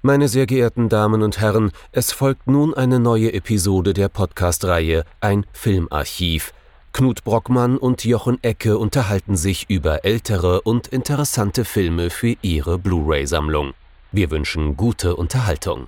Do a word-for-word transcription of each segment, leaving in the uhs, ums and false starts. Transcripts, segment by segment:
Meine sehr geehrten Damen und Herren, es folgt nun eine neue Episode der Podcast-Reihe Ein Filmarchiv. Knut Brockmann und Jochen Ecke unterhalten sich über ältere und interessante Filme für ihre Blu-ray-Sammlung. Wir wünschen gute Unterhaltung.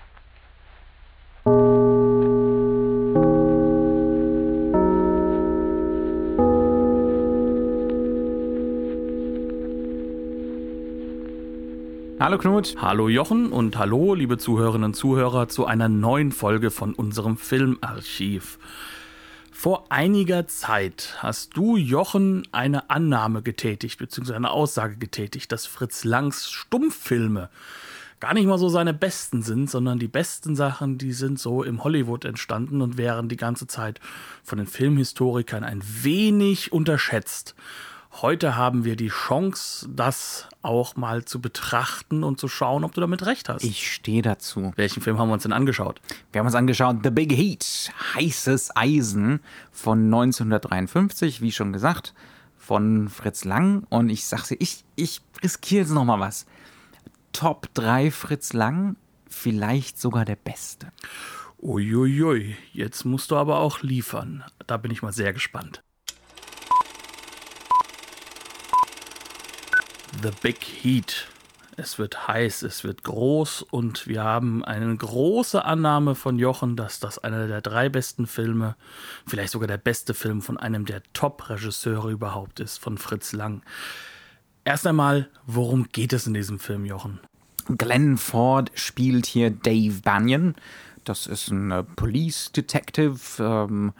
Hallo Knut. Hallo Jochen und hallo liebe Zuhörerinnen und Zuhörer zu einer neuen Folge von unserem Filmarchiv. Vor einiger Zeit hast du, Jochen, eine Annahme getätigt, beziehungsweise eine Aussage getätigt, dass Fritz Langs Stummfilme gar nicht mal so seine besten sind, sondern die besten Sachen, die sind so im Hollywood entstanden und wären die ganze Zeit von den Filmhistorikern ein wenig unterschätzt. Heute haben wir die Chance, das auch mal zu betrachten und zu schauen, ob du damit recht hast. Ich stehe dazu. Welchen Film haben wir uns denn angeschaut? Wir haben uns angeschaut The Big Heat, Heißes Eisen von neunzehnhundertdreiundfünfzig, wie schon gesagt, von Fritz Lang. Und ich sag's dir, ich, ich riskiere jetzt noch mal was. Top drei Fritz Lang, vielleicht sogar der beste. Uiuiui, jetzt musst du aber auch liefern. Da bin ich mal sehr gespannt. The Big Heat. Es wird heiß, es wird groß und wir haben eine große Annahme von Jochen, dass das einer der drei besten Filme, vielleicht sogar der beste Film von einem der Top-Regisseure überhaupt ist, von Fritz Lang. Erst einmal, worum geht es in diesem Film, Jochen? Glenn Ford spielt hier Dave Banyan. Das ist ein äh, Police Detective, ähm,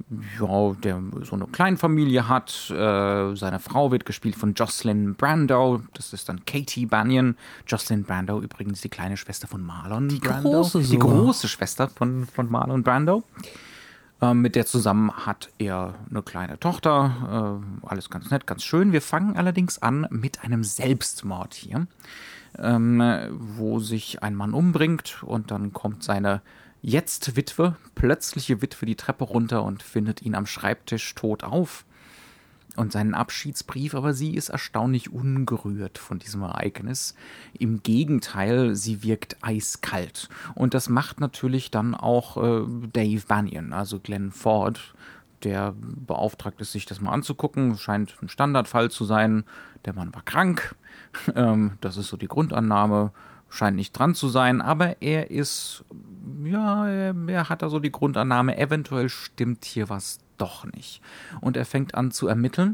ja, der so eine Kleinfamilie hat. Äh, seine Frau wird gespielt von Jocelyn Brando. Das ist dann Katie Banyan. Jocelyn Brando übrigens die kleine Schwester von Marlon die Brando. Große die große Schwester von, von Marlon Brando. Äh, mit der zusammen hat er eine kleine Tochter. Äh, alles ganz nett, ganz schön. Wir fangen allerdings an mit einem Selbstmord hier, ähm, wo sich ein Mann umbringt und dann kommt seine Jetzt Witwe, plötzliche Witwe die Treppe runter und findet ihn am Schreibtisch tot auf. Und seinen Abschiedsbrief, aber sie ist erstaunlich ungerührt von diesem Ereignis. Im Gegenteil, sie wirkt eiskalt. Und das macht natürlich dann auch äh, Dave Banyan, also Glenn Ford, der beauftragt ist, sich das mal anzugucken. Scheint ein Standardfall zu sein. Der Mann war krank. ähm, das ist so die Grundannahme. Scheint nicht dran zu sein, aber er ist, ja, er, er hat da so die Grundannahme, eventuell stimmt hier was doch nicht. Und er fängt an zu ermitteln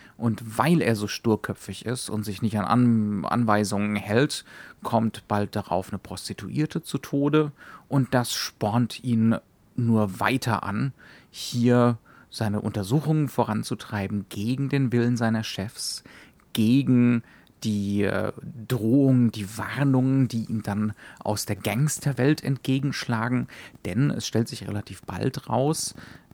und weil er so sturköpfig ist und sich nicht an, an Anweisungen hält, kommt bald darauf eine Prostituierte zu Tode und das spornt ihn nur weiter an, hier seine Untersuchungen voranzutreiben gegen den Willen seiner Chefs, gegen die äh, Drohungen, die Warnungen, die ihm dann aus der Gangsterwelt entgegenschlagen. Denn es stellt sich relativ bald raus,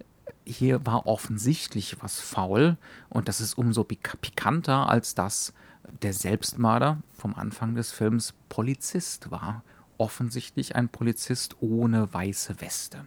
hier war offensichtlich was faul und das ist umso pik- pikanter, als dass der Selbstmörder vom Anfang des Films Polizist war. Offensichtlich ein Polizist ohne weiße Weste.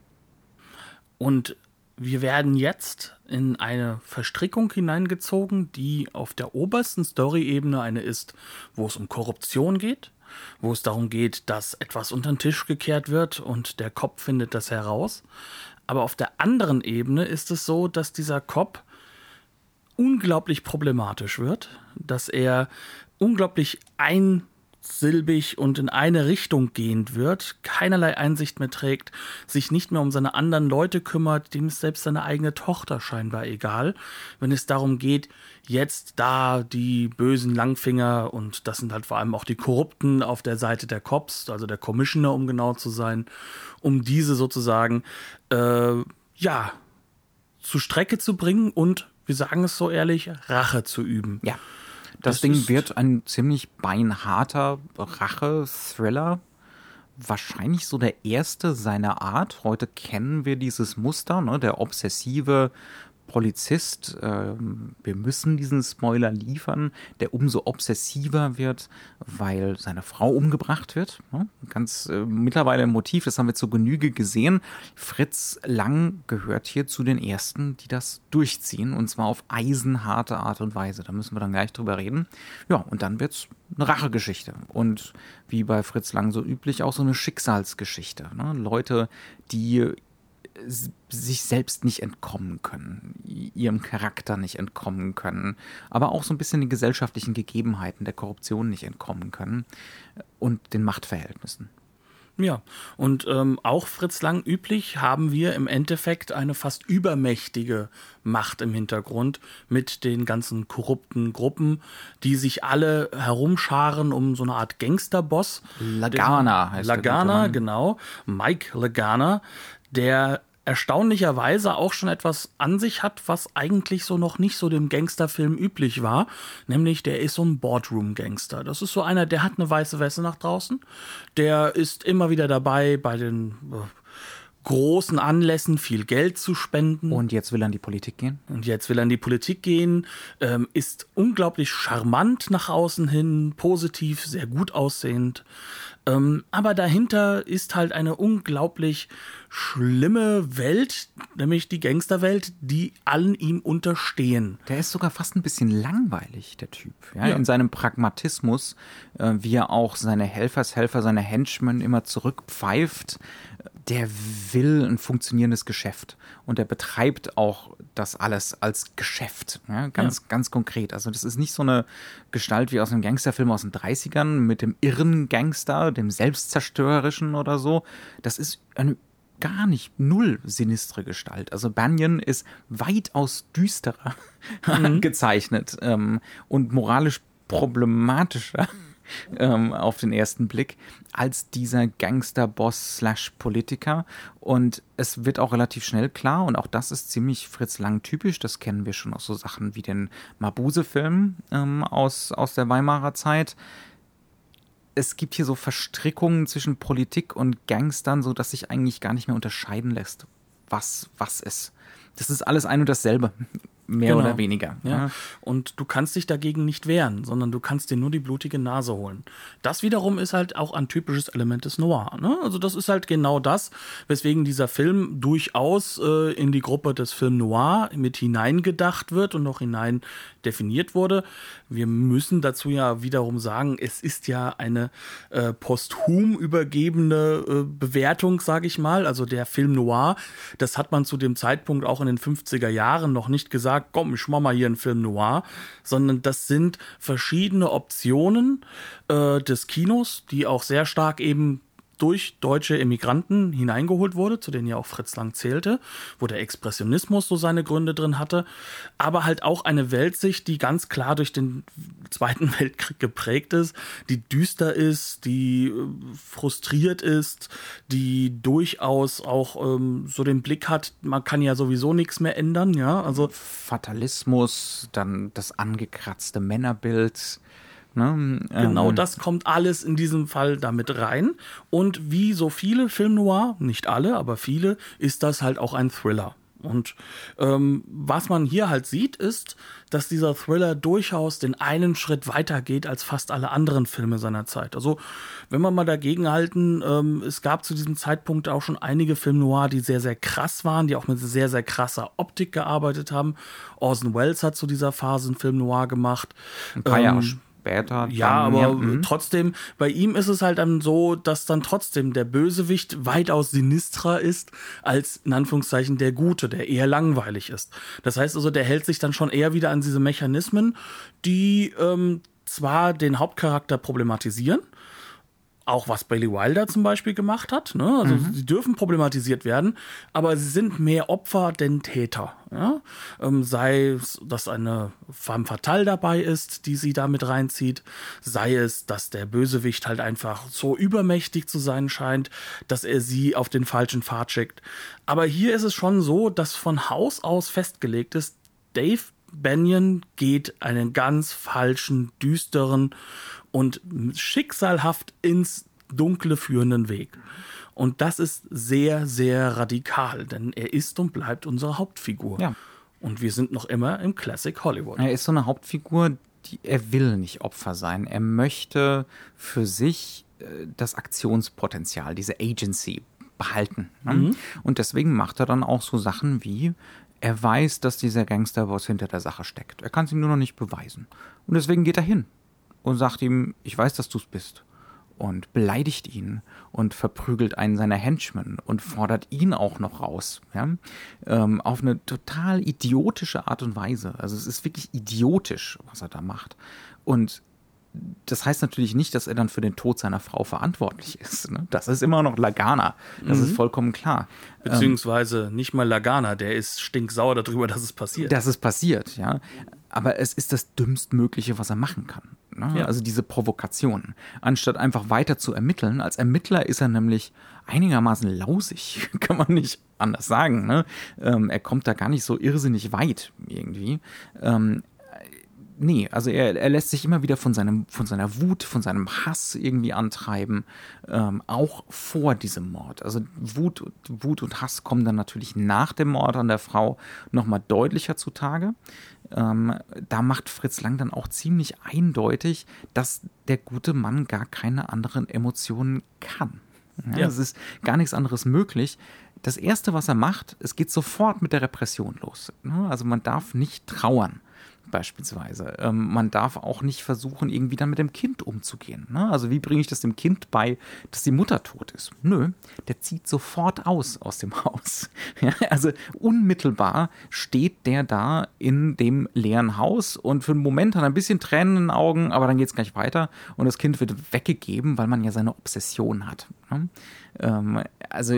Und wir werden jetzt in eine Verstrickung hineingezogen, die auf der obersten Story-Ebene eine ist, wo es um Korruption geht, wo es darum geht, dass etwas unter den Tisch gekehrt wird und der Cop findet das heraus. Aber auf der anderen Ebene ist es so, dass dieser Cop unglaublich problematisch wird, dass er unglaublich ein silbig und in eine Richtung gehend wird, keinerlei Einsicht mehr trägt, sich nicht mehr um seine anderen Leute kümmert, dem ist selbst seine eigene Tochter scheinbar egal, wenn es darum geht, jetzt da die bösen Langfinger und das sind halt vor allem auch die Korrupten auf der Seite der Cops, also der Commissioner, um genau zu sein, um diese sozusagen, äh, ja, zur Strecke zu bringen und, wir sagen es so ehrlich, Rache zu üben. Ja. Das, das Ding wird ein ziemlich beinharter Rache-Thriller. Wahrscheinlich so der erste seiner Art. Heute kennen wir dieses Muster, ne? Der obsessive Polizist, äh, wir müssen diesen Spoiler liefern, der umso obsessiver wird, weil seine Frau umgebracht wird. Ne? Ganz äh, mittlerweile ein Motiv, das haben wir zur Genüge gesehen. Fritz Lang gehört hier zu den Ersten, die das durchziehen, und zwar auf eisenharte Art und Weise. Da müssen wir dann gleich drüber reden. Ja, und dann wird's eine Rachegeschichte und wie bei Fritz Lang so üblich auch so eine Schicksalsgeschichte. Ne? Leute, die sich selbst nicht entkommen können, ihrem Charakter nicht entkommen können, aber auch so ein bisschen den gesellschaftlichen Gegebenheiten der Korruption nicht entkommen können und den Machtverhältnissen. Ja, und ähm, auch Fritz Lang üblich haben wir im Endeffekt eine fast übermächtige Macht im Hintergrund mit den ganzen korrupten Gruppen, die sich alle herumscharen um so eine Art Gangsterboss. Lagana heißt Lagana, genau. Mike Lagana, der erstaunlicherweise auch schon etwas an sich hat, was eigentlich so noch nicht so dem Gangsterfilm üblich war, nämlich der ist so ein Boardroom-Gangster. Das ist so einer, der hat eine weiße Weste nach draußen, der ist immer wieder dabei, bei den äh, großen Anlässen viel Geld zu spenden. Und jetzt will er in die Politik gehen? Und jetzt will er in die Politik gehen, ähm, ist unglaublich charmant nach außen hin, positiv, sehr gut aussehend. Ähm, aber dahinter ist halt eine unglaublich schlimme Welt, nämlich die Gangsterwelt, die allen ihm unterstehen. Der ist sogar fast ein bisschen langweilig, der Typ. Ja, Ja. In seinem Pragmatismus, äh, wie er auch seine Helfershelfer, seine Henchmen immer zurückpfeift. Der will ein funktionierendes Geschäft und der betreibt auch das alles als Geschäft, ja, ganz, Ja. ganz konkret. Also das ist nicht so eine Gestalt wie aus einem Gangsterfilm aus den dreißigern mit dem irren Gangster, dem selbstzerstörerischen oder so. Das ist eine gar nicht null sinistre Gestalt. Also Banyan ist weitaus düsterer Mhm. gezeichnet ähm, und moralisch problematischer ähm, auf den ersten Blick als dieser Gangsterboss slash Politiker. Und es wird auch relativ schnell klar, und auch das ist ziemlich Fritz Lang typisch, das kennen wir schon aus so Sachen wie den Mabuse-Film ähm, aus, aus der Weimarer Zeit. Es gibt hier so Verstrickungen zwischen Politik und Gangstern, so dass sich eigentlich gar nicht mehr unterscheiden lässt, was was ist. Das ist alles ein und dasselbe, mehr Genau. oder weniger. Ja. Und du kannst dich dagegen nicht wehren, sondern du kannst dir nur die blutige Nase holen. Das wiederum ist halt auch ein typisches Element des Noir. Ne? Also das ist halt genau das, weswegen dieser Film durchaus äh, in die Gruppe des Film Noir mit hineingedacht wird und noch hinein definiert wurde. Wir müssen dazu ja wiederum sagen, es ist ja eine äh, posthum übergebene äh, Bewertung, sage ich mal. Also der Film Noir, das hat man zu dem Zeitpunkt auch in den fünfziger Jahren noch nicht gesagt, komm, ich mach mal hier einen Film Noir, sondern das sind verschiedene Optionen äh, des Kinos, die auch sehr stark eben durch deutsche Emigranten hineingeholt wurde, zu denen ja auch Fritz Lang zählte, wo der Expressionismus so seine Gründe drin hatte, aber halt auch eine Weltsicht, die ganz klar durch den Zweiten Weltkrieg geprägt ist, die düster ist, die äh, frustriert ist, die durchaus auch ähm, so den Blick hat, man kann ja sowieso nichts mehr ändern, ja, also Fatalismus, dann das angekratzte Männerbild. Ne? Genau, Ähm, das kommt alles in diesem Fall damit rein. Und wie so viele Film Noir, nicht alle, aber viele, ist das halt auch ein Thriller. Und ähm, was man hier halt sieht, ist, dass dieser Thriller durchaus den einen Schritt weiter geht als fast alle anderen Filme seiner Zeit. Also wenn wir mal dagegen halten, ähm, es gab zu diesem Zeitpunkt auch schon einige Film Noir, die sehr, sehr krass waren, die auch mit sehr, sehr krasser Optik gearbeitet haben. Orson Welles hat zu dieser Phase einen Film Noir gemacht. ein paar Jahre Ähm, später. Ja, dann- aber mhm. trotzdem, bei ihm ist es halt dann so, dass dann trotzdem der Bösewicht weitaus sinistrer ist als in Anführungszeichen der Gute, der eher langweilig ist. Das heißt also, der hält sich dann schon eher wieder an diese Mechanismen, die ähm, zwar den Hauptcharakter problematisieren, auch was Billy Wilder zum Beispiel gemacht hat. Ne? Also sie dürfen problematisiert werden, aber sie sind mehr Opfer denn Täter. Ja? Ähm, sei es, dass eine femme fatale dabei ist, die sie da mit reinzieht, sei es, dass der Bösewicht halt einfach so übermächtig zu sein scheint, dass er sie auf den falschen Pfad schickt. Aber hier ist es schon so, dass von Haus aus festgelegt ist, Dave Banyan geht einen ganz falschen, düsteren und schicksalhaft ins Dunkle führenden Weg. Und das ist sehr, sehr radikal, denn er ist und bleibt unsere Hauptfigur. Ja. Und wir sind noch immer im Classic Hollywood. Er ist so eine Hauptfigur, die, er will nicht Opfer sein. Er möchte für sich äh, das Aktionspotenzial, diese Agency behalten. Ne? Mhm. Und deswegen macht er dann auch so Sachen wie, er weiß, dass dieser Gangsterboss hinter der Sache steckt. Er kann es ihm nur noch nicht beweisen. Und deswegen geht er hin und sagt ihm, ich weiß, dass du es bist. Und beleidigt ihn und verprügelt einen seiner Henchmen und fordert ihn auch noch raus. Ja? Ähm, auf eine total idiotische Art und Weise. Also es ist wirklich idiotisch, was er da macht. Und das heißt natürlich nicht, dass er dann für den Tod seiner Frau verantwortlich ist. Ne? Das ist immer noch Lagana. Das mhm. ist vollkommen klar. Beziehungsweise ähm, nicht mal Lagana, der ist stinksauer darüber, dass es passiert. Dass es passiert, ja. Aber es ist das Dümmstmögliche, was er machen kann. Ne? Ja. Also diese Provokation. Anstatt einfach weiter zu ermitteln. Als Ermittler ist er nämlich einigermaßen lausig, kann man nicht anders sagen. Ne? Ähm, er kommt da gar nicht so irrsinnig weit irgendwie. Ähm, Nee, also er, er lässt sich immer wieder von, seinem, von seiner Wut, von seinem Hass irgendwie antreiben, ähm, auch vor diesem Mord. Also Wut, Wut und Hass kommen dann natürlich nach dem Mord an der Frau nochmal deutlicher zutage. Ähm, da macht Fritz Lang dann auch ziemlich eindeutig, dass der gute Mann gar keine anderen Emotionen kann. Ja, ja. Es ist gar nichts anderes möglich. Das Erste, was er macht, es geht sofort mit der Repression los. Also man darf nicht trauern. Beispielsweise. Ähm, man darf auch nicht versuchen, irgendwie dann mit dem Kind umzugehen. Ne? Also wie bringe ich das dem Kind bei, dass die Mutter tot ist? Nö, der zieht sofort aus aus dem Haus. Ja, also unmittelbar steht der da in dem leeren Haus und für einen Moment hat er ein bisschen Tränen in den Augen, aber dann geht es gleich weiter und das Kind wird weggegeben, weil man ja seine Obsession hat. Ne? Ähm, also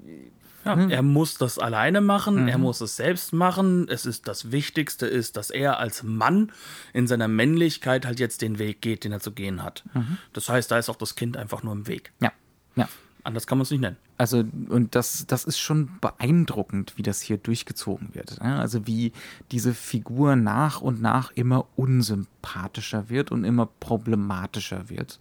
Ja, er muss das alleine machen, mhm. er muss es selbst machen. Es ist das Wichtigste ist, dass er als Mann in seiner Männlichkeit halt jetzt den Weg geht, den er zu gehen hat. Mhm. Das heißt, da ist auch das Kind einfach nur im Weg. Ja, ja. Anders kann man es nicht nennen. Also, und das, das ist schon beeindruckend, wie das hier durchgezogen wird. Also, wie diese Figur nach und nach immer unsympathischer wird und immer problematischer wird.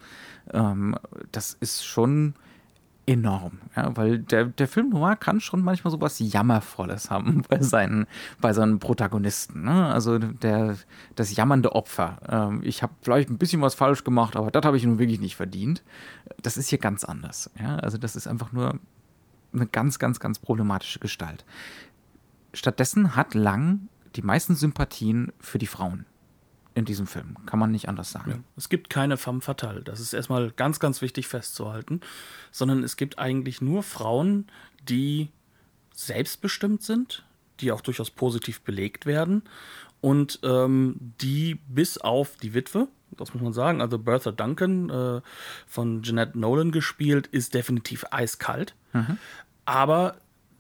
Das ist schon enorm, ja, weil der, der Film Noir kann schon manchmal so was Jammervolles haben bei seinen, bei seinen Protagonisten. Ne? Also der, das jammernde Opfer. Ähm, ich habe vielleicht ein bisschen was falsch gemacht, aber das habe ich nun wirklich nicht verdient. Das ist hier ganz anders. Ja? Also das ist einfach nur eine ganz, ganz, ganz problematische Gestalt. Stattdessen hat Lang die meisten Sympathien für die Frauen in diesem Film. Kann man nicht anders sagen. Ja. Es gibt keine femme fatale. Das ist erstmal ganz, ganz wichtig festzuhalten. Sondern es gibt eigentlich nur Frauen, die selbstbestimmt sind, die auch durchaus positiv belegt werden und ähm, die bis auf die Witwe, das muss man sagen, also Bertha Duncan äh, von Jeanette Nolan gespielt, ist definitiv eiskalt. Mhm. Aber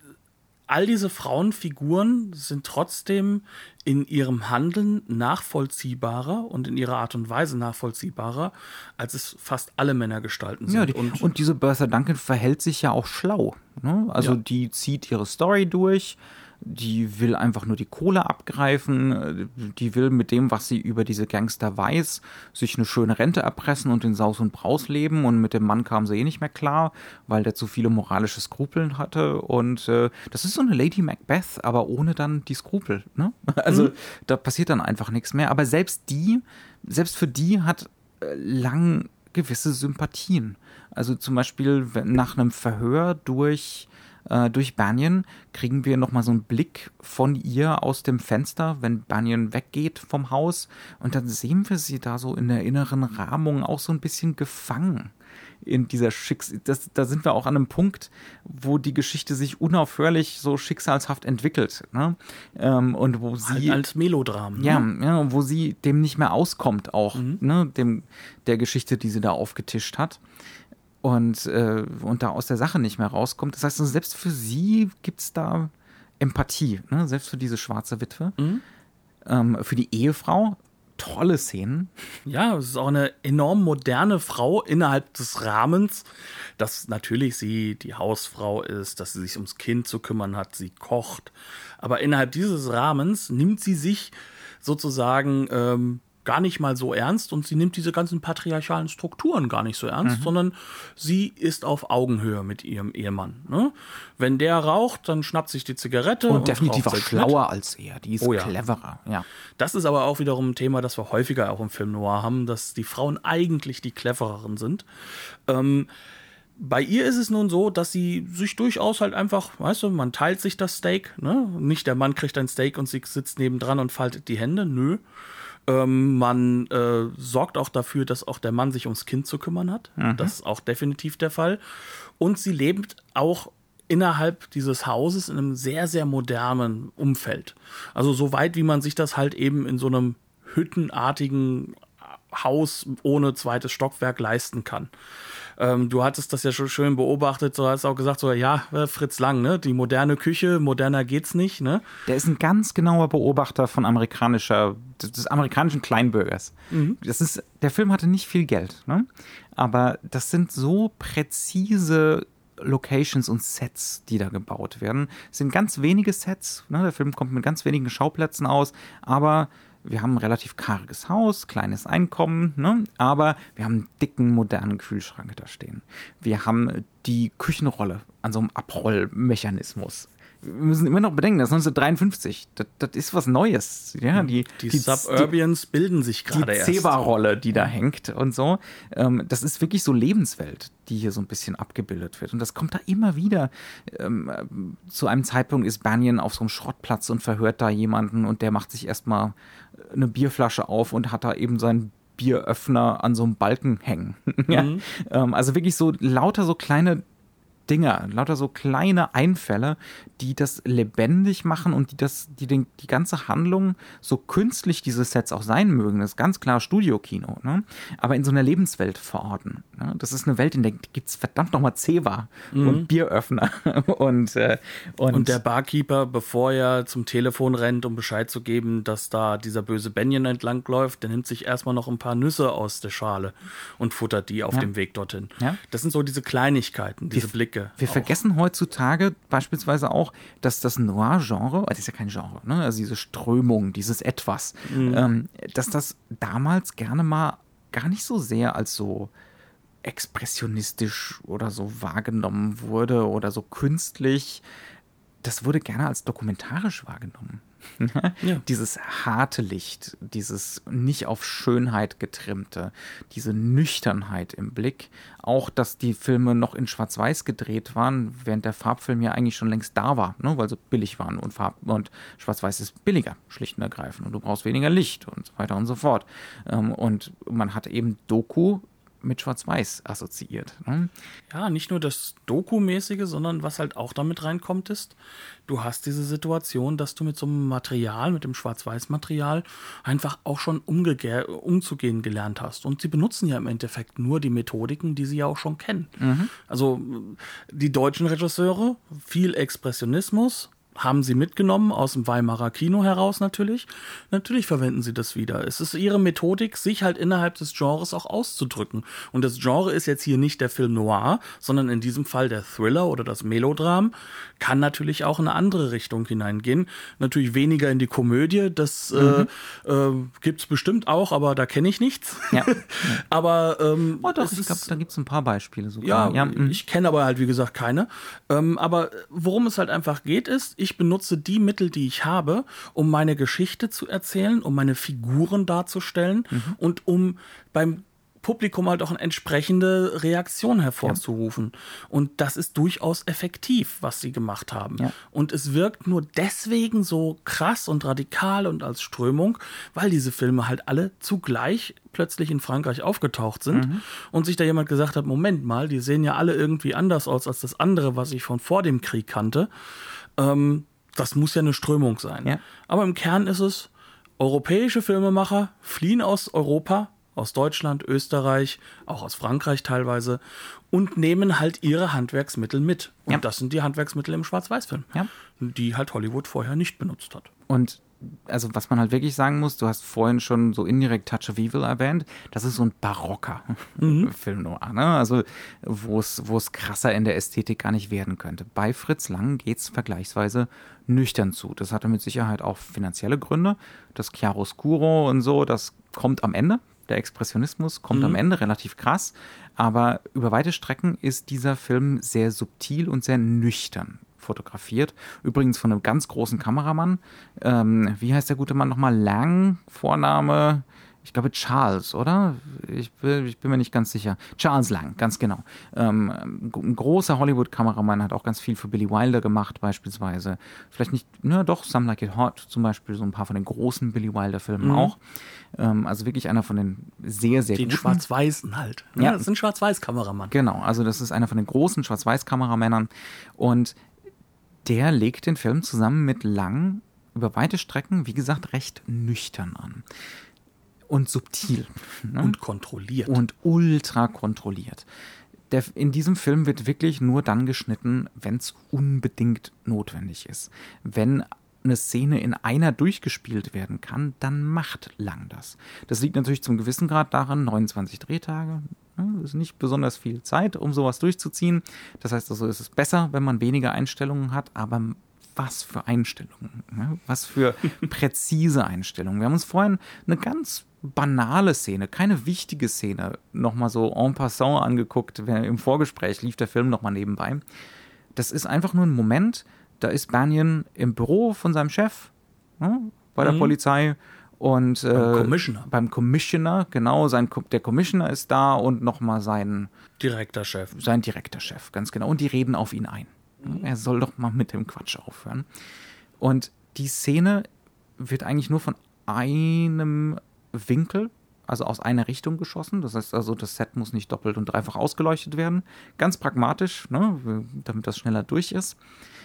all diese Frauenfiguren sind trotzdem in ihrem Handeln nachvollziehbarer und in ihrer Art und Weise nachvollziehbarer, als es fast alle Männergestalten sind. Ja, die, und, und diese Bertha Duncan verhält sich ja auch schlau. Ne? Also ja. Die zieht ihre Story durch, die will einfach nur die Kohle abgreifen, die will mit dem, was sie über diese Gangster weiß, sich eine schöne Rente erpressen und in Saus und Braus leben und mit dem Mann kam sie eh nicht mehr klar, weil der zu viele moralische Skrupeln hatte und äh, das ist so eine Lady Macbeth, aber ohne dann die Skrupel, ne? Also mhm. da passiert dann einfach nichts mehr, aber selbst die, selbst für die hat äh, Lang gewisse Sympathien. Also zum Beispiel nach einem Verhör durch Durch Banyan kriegen wir nochmal so einen Blick von ihr aus dem Fenster, wenn Banyan weggeht vom Haus. Und dann sehen wir sie da so in der inneren Rahmung auch so ein bisschen gefangen in dieser Schicks... Das, da sind wir auch an einem Punkt, wo die Geschichte sich unaufhörlich so schicksalshaft entwickelt. Ne? Ähm, und wo sie... Halt als Melodram. Ne? Ja, ja, wo sie dem nicht mehr auskommt auch, mhm. ne? dem, der Geschichte, die sie da aufgetischt hat. Und, äh, und da aus der Sache nicht mehr rauskommt. Das heißt, selbst für sie gibt es da Empathie, ne? Selbst für diese schwarze Witwe. Mhm. Ähm, für die Ehefrau, tolle Szenen. Ja, es ist auch eine enorm moderne Frau innerhalb des Rahmens, dass natürlich sie die Hausfrau ist, dass sie sich ums Kind zu kümmern hat, sie kocht. Aber innerhalb dieses Rahmens nimmt sie sich sozusagen... Ähm, gar nicht mal so ernst und sie nimmt diese ganzen patriarchalen Strukturen gar nicht so ernst, mhm. sondern sie ist auf Augenhöhe mit ihrem Ehemann. Ne? Wenn der raucht, dann schnappt sich die Zigarette. Und, und definitiv auch schlauer mit. Als er. Die ist oh, ja. cleverer. Ja. Das ist aber auch wiederum ein Thema, das wir häufiger auch im Film Noir haben, dass die Frauen eigentlich die clevereren sind. Ähm, Bei ihr ist es nun so, dass sie sich durchaus halt einfach, weißt du, man teilt sich das Steak, ne? Nicht der Mann kriegt ein Steak und sie sitzt nebendran und faltet die Hände, nö. Ähm, man äh, sorgt auch dafür, dass auch der Mann sich ums Kind zu kümmern hat. Mhm. Das ist auch definitiv der Fall. Und sie lebt auch innerhalb dieses Hauses in einem sehr, sehr modernen Umfeld. Also so weit, wie man sich das halt eben in so einem hüttenartigen Haus ohne zweites Stockwerk leisten kann. Ähm, du hattest das ja schon schön beobachtet, so hast auch gesagt, so ja, Fritz Lang, ne, die moderne Küche, moderner geht's nicht, ne? Der ist ein ganz genauer Beobachter von amerikanischer, des amerikanischen Kleinbürgers. Mhm. Das ist, der Film hatte nicht viel Geld, ne? Aber das sind so präzise Locations und Sets, die da gebaut werden. Es sind ganz wenige Sets, ne? Der Film kommt mit ganz wenigen Schauplätzen aus, aber wir haben ein relativ karges Haus, kleines Einkommen, ne? Aber wir haben einen dicken, modernen Kühlschrank da stehen. Wir haben die Küchenrolle an so einem Abrollmechanismus. Wir müssen immer noch bedenken, das ist neunzehnhundertdreiundfünfzig. Das, das ist was Neues. Ja, die, die, die Suburbians die, bilden sich gerade erst. Die Zebra-Rolle, die da hängt und so. Ähm, das ist wirklich so Lebenswelt, die hier so ein bisschen abgebildet wird. Und das kommt da immer wieder. Ähm, zu einem Zeitpunkt ist Banyan auf so einem Schrottplatz und verhört da jemanden und der macht sich erstmal eine Bierflasche auf und hat da eben seinen Bieröffner an so einem Balken hängen. ja? mhm. ähm, also wirklich so lauter so kleine Dinger, lauter so kleine Einfälle, die das lebendig machen und die das, die den, die ganze Handlung, so künstlich diese Sets auch sein mögen, das ist ganz klar Studiokino, ne? Aber in so einer Lebenswelt verorten. Ne? Das ist eine Welt, in der gibt es verdammt nochmal Zewa mhm. und Bieröffner und, äh, und und der Barkeeper, bevor er zum Telefon rennt, um Bescheid zu geben, dass da dieser böse Banyan entlangläuft, der nimmt sich erstmal noch ein paar Nüsse aus der Schale und futtert die auf ja. dem Weg dorthin. Ja? Das sind so diese Kleinigkeiten, diese Blicke. Wir auch. vergessen heutzutage beispielsweise auch, dass das Noir-Genre, das ist ja kein Genre, ne? Also diese Strömung, dieses Etwas, mhm. ähm, dass das damals gerne mal gar nicht so sehr als so expressionistisch oder so wahrgenommen wurde oder so künstlich. Das wurde gerne als dokumentarisch wahrgenommen. ja. Dieses harte Licht, dieses nicht auf Schönheit getrimmte, diese Nüchternheit im Blick. Auch, dass die Filme noch in Schwarz-Weiß gedreht waren, während der Farbfilm ja eigentlich schon längst da war, ne, weil sie billig waren. Und, Farb- und Schwarz-Weiß ist billiger, schlicht und ergreifend. Und du brauchst weniger Licht und so weiter und so fort. Und man hat eben Doku mit Schwarz-Weiß assoziiert. Ne? Ja, nicht nur das Doku-mäßige, sondern was halt auch damit reinkommt ist, du hast diese Situation, dass du mit so einem Material, mit dem Schwarz-Weiß-Material einfach auch schon umge- umzugehen gelernt hast. Und sie benutzen ja im Endeffekt nur die Methodiken, die sie ja auch schon kennen. Mhm. Also die deutschen Regisseure, viel Expressionismus, haben sie mitgenommen, aus dem Weimarer Kino heraus natürlich. Natürlich verwenden sie das wieder. Es ist ihre Methodik, sich halt innerhalb des Genres auch auszudrücken. Und das Genre ist jetzt hier nicht der Film Noir, sondern in diesem Fall der Thriller oder das Melodram. Kann natürlich auch in eine andere Richtung hineingehen. Natürlich weniger in die Komödie, das mhm. äh, äh, gibt's bestimmt auch, aber da kenne ich nichts. Ja. aber ähm, oh doch, ich glaube, da gibt's ein paar Beispiele sogar. Ja, ja mhm. ich kenne aber halt, wie gesagt, keine. Ähm, aber worum es halt einfach geht, ist, ich benutze die Mittel, die ich habe, um meine Geschichte zu erzählen, um meine Figuren darzustellen mhm. und um beim Publikum halt auch eine entsprechende Reaktion hervorzurufen. Ja. Und das ist durchaus effektiv, was sie gemacht haben. Ja. Und es wirkt nur deswegen so krass und radikal und als Strömung, weil diese Filme halt alle zugleich plötzlich in Frankreich aufgetaucht sind mhm. und sich da jemand gesagt hat, Moment mal, die sehen ja alle irgendwie anders aus als das andere, was ich von vor dem Krieg kannte. Ähm, das muss ja eine Strömung sein. Ja. Aber im Kern ist es, europäische Filmemacher fliehen aus Europa, aus Deutschland, Österreich, auch aus Frankreich teilweise und nehmen halt ihre Handwerksmittel mit. Und ja. das sind die Handwerksmittel im Schwarz-Weiß-Film, ja. die halt Hollywood vorher nicht benutzt hat. Und also was man halt wirklich sagen muss, du hast vorhin schon so indirekt Touch of Evil erwähnt, das ist so ein barocker mhm. Film noir, ne? Also wo es wo es krasser in der Ästhetik gar nicht werden könnte. Bei Fritz Lang geht es vergleichsweise nüchtern zu. Das hatte mit Sicherheit auch finanzielle Gründe. Das Chiaroscuro und so, das kommt am Ende. Der Expressionismus kommt mhm. am Ende, relativ krass. Aber über weite Strecken ist dieser Film sehr subtil und sehr nüchtern fotografiert. Übrigens von einem ganz großen Kameramann. Ähm, wie heißt der gute Mann nochmal? Lang, Vorname, ich glaube Charles, oder? Ich bin, ich bin mir nicht ganz sicher. Charles Lang, ganz genau. Ähm, ein großer Hollywood-Kameramann, hat auch ganz viel für Billy Wilder gemacht beispielsweise. Vielleicht nicht, na doch, Some Like It Hot zum Beispiel, so ein paar von den großen Billy Wilder-Filmen mhm. auch. Ähm, also wirklich einer von den sehr, sehr den guten. Den Schwarz-Weißen halt. Ja, das ist ein Schwarz-Weiß-Kameramann. Genau, also das ist einer von den großen Schwarz-Weiß-Kameramännern. Und der legt den Film zusammen mit Lang über weite Strecken, wie gesagt, recht nüchtern an. Und subtil. Ne? Und kontrolliert. Und ultra kontrolliert. Der, in diesem Film wird wirklich nur dann geschnitten, wenn es unbedingt notwendig ist. Wenn eine Szene in einer durchgespielt werden kann, dann macht Lang das. Das liegt natürlich zum gewissen Grad daran, neunundzwanzig Drehtage, ne, ist nicht besonders viel Zeit, um sowas durchzuziehen. Das heißt also, es ist besser, wenn man weniger Einstellungen hat, aber was für Einstellungen, ne? Was für präzise Einstellungen. Wir haben uns vorhin eine ganz banale Szene, keine wichtige Szene, nochmal so en passant angeguckt. Im Vorgespräch lief der Film nochmal nebenbei. Das ist einfach nur ein Moment, da ist Banyan im Büro von seinem Chef, ne, bei der mhm. Polizei und äh, beim Commissioner. Beim Commissioner, genau, sein, der Commissioner ist da und nochmal sein direkter Chef. Sein direkter Chef, ganz genau. Und die reden auf ihn ein. Mhm. Er soll doch mal mit dem Quatsch aufhören. Und die Szene wird eigentlich nur von einem Winkel, also aus einer Richtung geschossen. Das heißt also, das Set muss nicht doppelt und dreifach ausgeleuchtet werden. Ganz pragmatisch, ne, damit das schneller durch ist.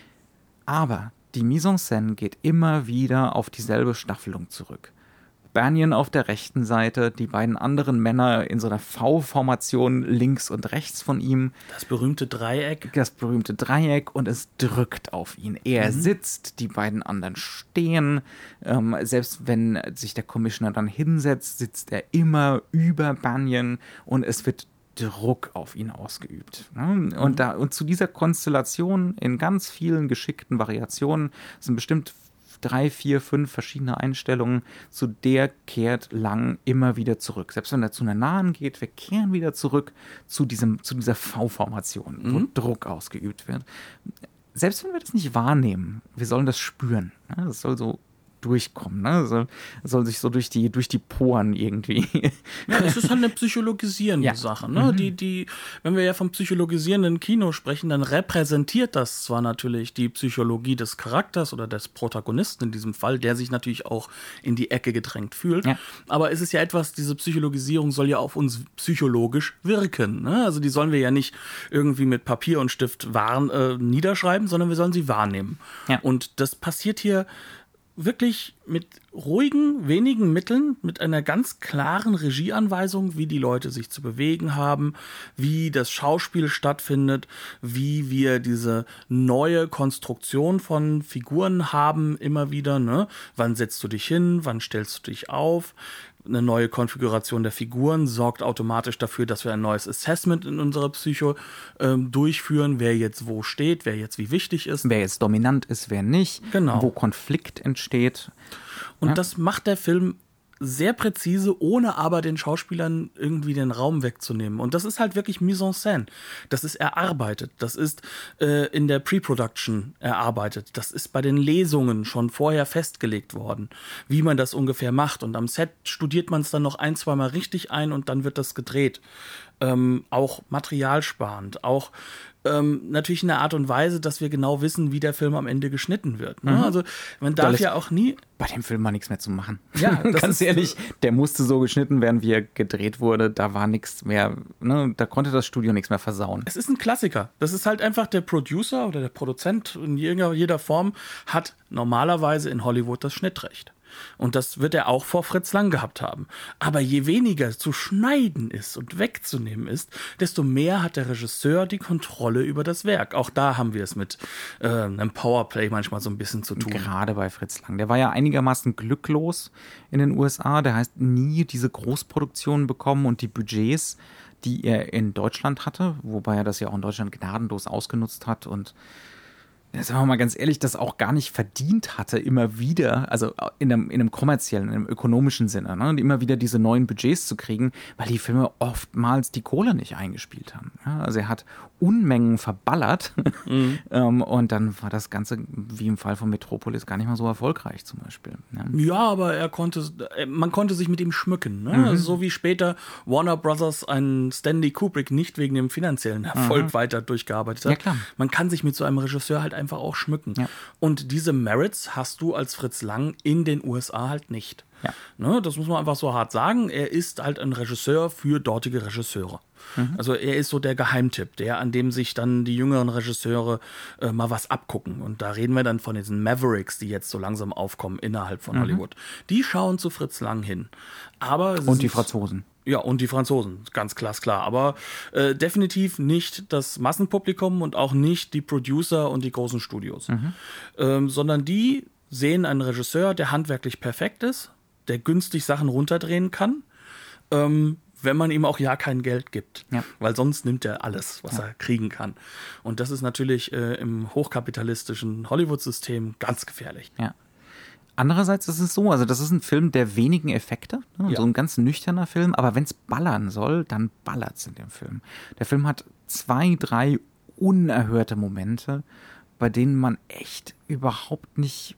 Aber die Mise en Scène geht immer wieder auf dieselbe Staffelung zurück. Banyan auf der rechten Seite, die beiden anderen Männer in so einer V-Formation links und rechts von ihm. Das berühmte Dreieck. Das berühmte Dreieck und es drückt auf ihn. Er mhm. sitzt, die beiden anderen stehen. Ähm, selbst wenn sich der Commissioner dann hinsetzt, sitzt er immer über Banyan und es wird Druck auf ihn ausgeübt. Ne? Und, mhm. da, und zu dieser Konstellation in ganz vielen geschickten Variationen sind bestimmt drei, vier, fünf verschiedene Einstellungen, zu der kehrt Lang immer wieder zurück. Selbst wenn er zu einer nahen geht, wir kehren wieder zurück zu, diesem, zu dieser V-Formation, mhm. wo Druck ausgeübt wird. Selbst wenn wir das nicht wahrnehmen, wir sollen das spüren. Ne? Das soll so durchkommen, ne? Soll, soll sich so durch die, durch die Poren irgendwie. Ja, das ist halt eine psychologisierende ja. Sache, ne? Mhm. Die, die, wenn wir ja vom psychologisierenden Kino sprechen, dann repräsentiert das zwar natürlich die Psychologie des Charakters oder des Protagonisten in diesem Fall, der sich natürlich auch in die Ecke gedrängt fühlt, ja. aber es ist ja etwas, diese Psychologisierung soll ja auf uns psychologisch wirken, ne? Also die sollen wir ja nicht irgendwie mit Papier und Stift wahren, äh, niederschreiben, sondern wir sollen sie wahrnehmen. Ja. Und das passiert hier wirklich mit ruhigen, wenigen Mitteln, mit einer ganz klaren Regieanweisung, wie die Leute sich zu bewegen haben, wie das Schauspiel stattfindet, wie wir diese neue Konstruktion von Figuren haben immer wieder, ne? Wann setzt du dich hin, wann stellst du dich auf? Eine neue Konfiguration der Figuren sorgt automatisch dafür, dass wir ein neues Assessment in unserer Psycho ähm, durchführen, wer jetzt wo steht, wer jetzt wie wichtig ist. Wer jetzt dominant ist, wer nicht, genau. Wo Konflikt entsteht. Und ja. das macht der Film sehr präzise, ohne aber den Schauspielern irgendwie den Raum wegzunehmen. Und das ist halt wirklich Mise en Scène. Das ist erarbeitet. Das ist äh, in der Pre-Production erarbeitet. Das ist bei den Lesungen schon vorher festgelegt worden, wie man das ungefähr macht. Und am Set studiert man es dann noch ein, zweimal richtig ein und dann wird das gedreht. Ähm, auch materialsparend, auch ähm, natürlich in einer Art und Weise, dass wir genau wissen, wie der Film am Ende geschnitten wird. Ne? Mhm. Also man darf Alles ja auch nie... Bei dem Film war nichts mehr zu machen. Ja, ganz ehrlich, der musste so geschnitten werden, wie er gedreht wurde. Da war nichts mehr, ne? Da konnte das Studio nichts mehr versauen. Es ist ein Klassiker. Das ist halt einfach der Producer oder der Produzent in jeder, jeder Form hat normalerweise in Hollywood das Schnittrecht. Und das wird er auch vor Fritz Lang gehabt haben. Aber je weniger zu schneiden ist und wegzunehmen ist, desto mehr hat der Regisseur die Kontrolle über das Werk. Auch da haben wir es mit äh, einem Powerplay manchmal so ein bisschen zu tun. Gerade bei Fritz Lang. Der war ja einigermaßen glücklos in den U S A. Der heißt nie diese Großproduktionen bekommen und die Budgets, die er in Deutschland hatte, wobei er das ja auch in Deutschland gnadenlos ausgenutzt hat und sagen wir mal ganz ehrlich, das auch gar nicht verdient hatte, immer wieder, also in einem, in einem kommerziellen, in einem ökonomischen Sinne, ne, immer wieder diese neuen Budgets zu kriegen, weil die Filme oftmals die Kohle nicht eingespielt haben. Ja, also er hat Unmengen verballert mhm. ähm, und dann war das Ganze, wie im Fall von Metropolis, gar nicht mal so erfolgreich zum Beispiel. Ja, ja aber er konnte, man konnte sich mit ihm schmücken. Ne? Mhm. Also so wie später Warner Brothers einen Stanley Kubrick nicht wegen dem finanziellen Erfolg mhm. weiter durchgearbeitet hat. Ja, klar. Man kann sich mit so einem Regisseur halt einfach auch schmücken. Ja. Und diese Merits hast du als Fritz Lang in den U S A halt nicht. Ja. Ne, das muss man einfach so hart sagen. Er ist halt ein Regisseur für dortige Regisseure. Mhm. Also er ist so der Geheimtipp, der, an dem sich dann die jüngeren Regisseure äh, mal was abgucken. Und da reden wir dann von diesen Mavericks, die jetzt so langsam aufkommen innerhalb von mhm. Hollywood. Die schauen zu Fritz Lang hin. Aber und die Franzosen. Ja, und die Franzosen, ganz glasklar. Aber äh, definitiv nicht das Massenpublikum und auch nicht die Producer und die großen Studios. Mhm. Ähm, sondern die sehen einen Regisseur, der handwerklich perfekt ist, der günstig Sachen runterdrehen kann, ähm, wenn man ihm auch ja kein Geld gibt. Ja. Weil sonst nimmt er alles, was ja. er kriegen kann. Und das ist natürlich äh, im hochkapitalistischen Hollywood-System ganz gefährlich. Ja. Andererseits ist es so, also das ist ein Film der wenigen Effekte, ne? Ja. So ein ganz nüchterner Film, aber wenn es ballern soll, dann ballert es in dem Film. Der Film hat zwei, drei unerhörte Momente, bei denen man echt überhaupt nicht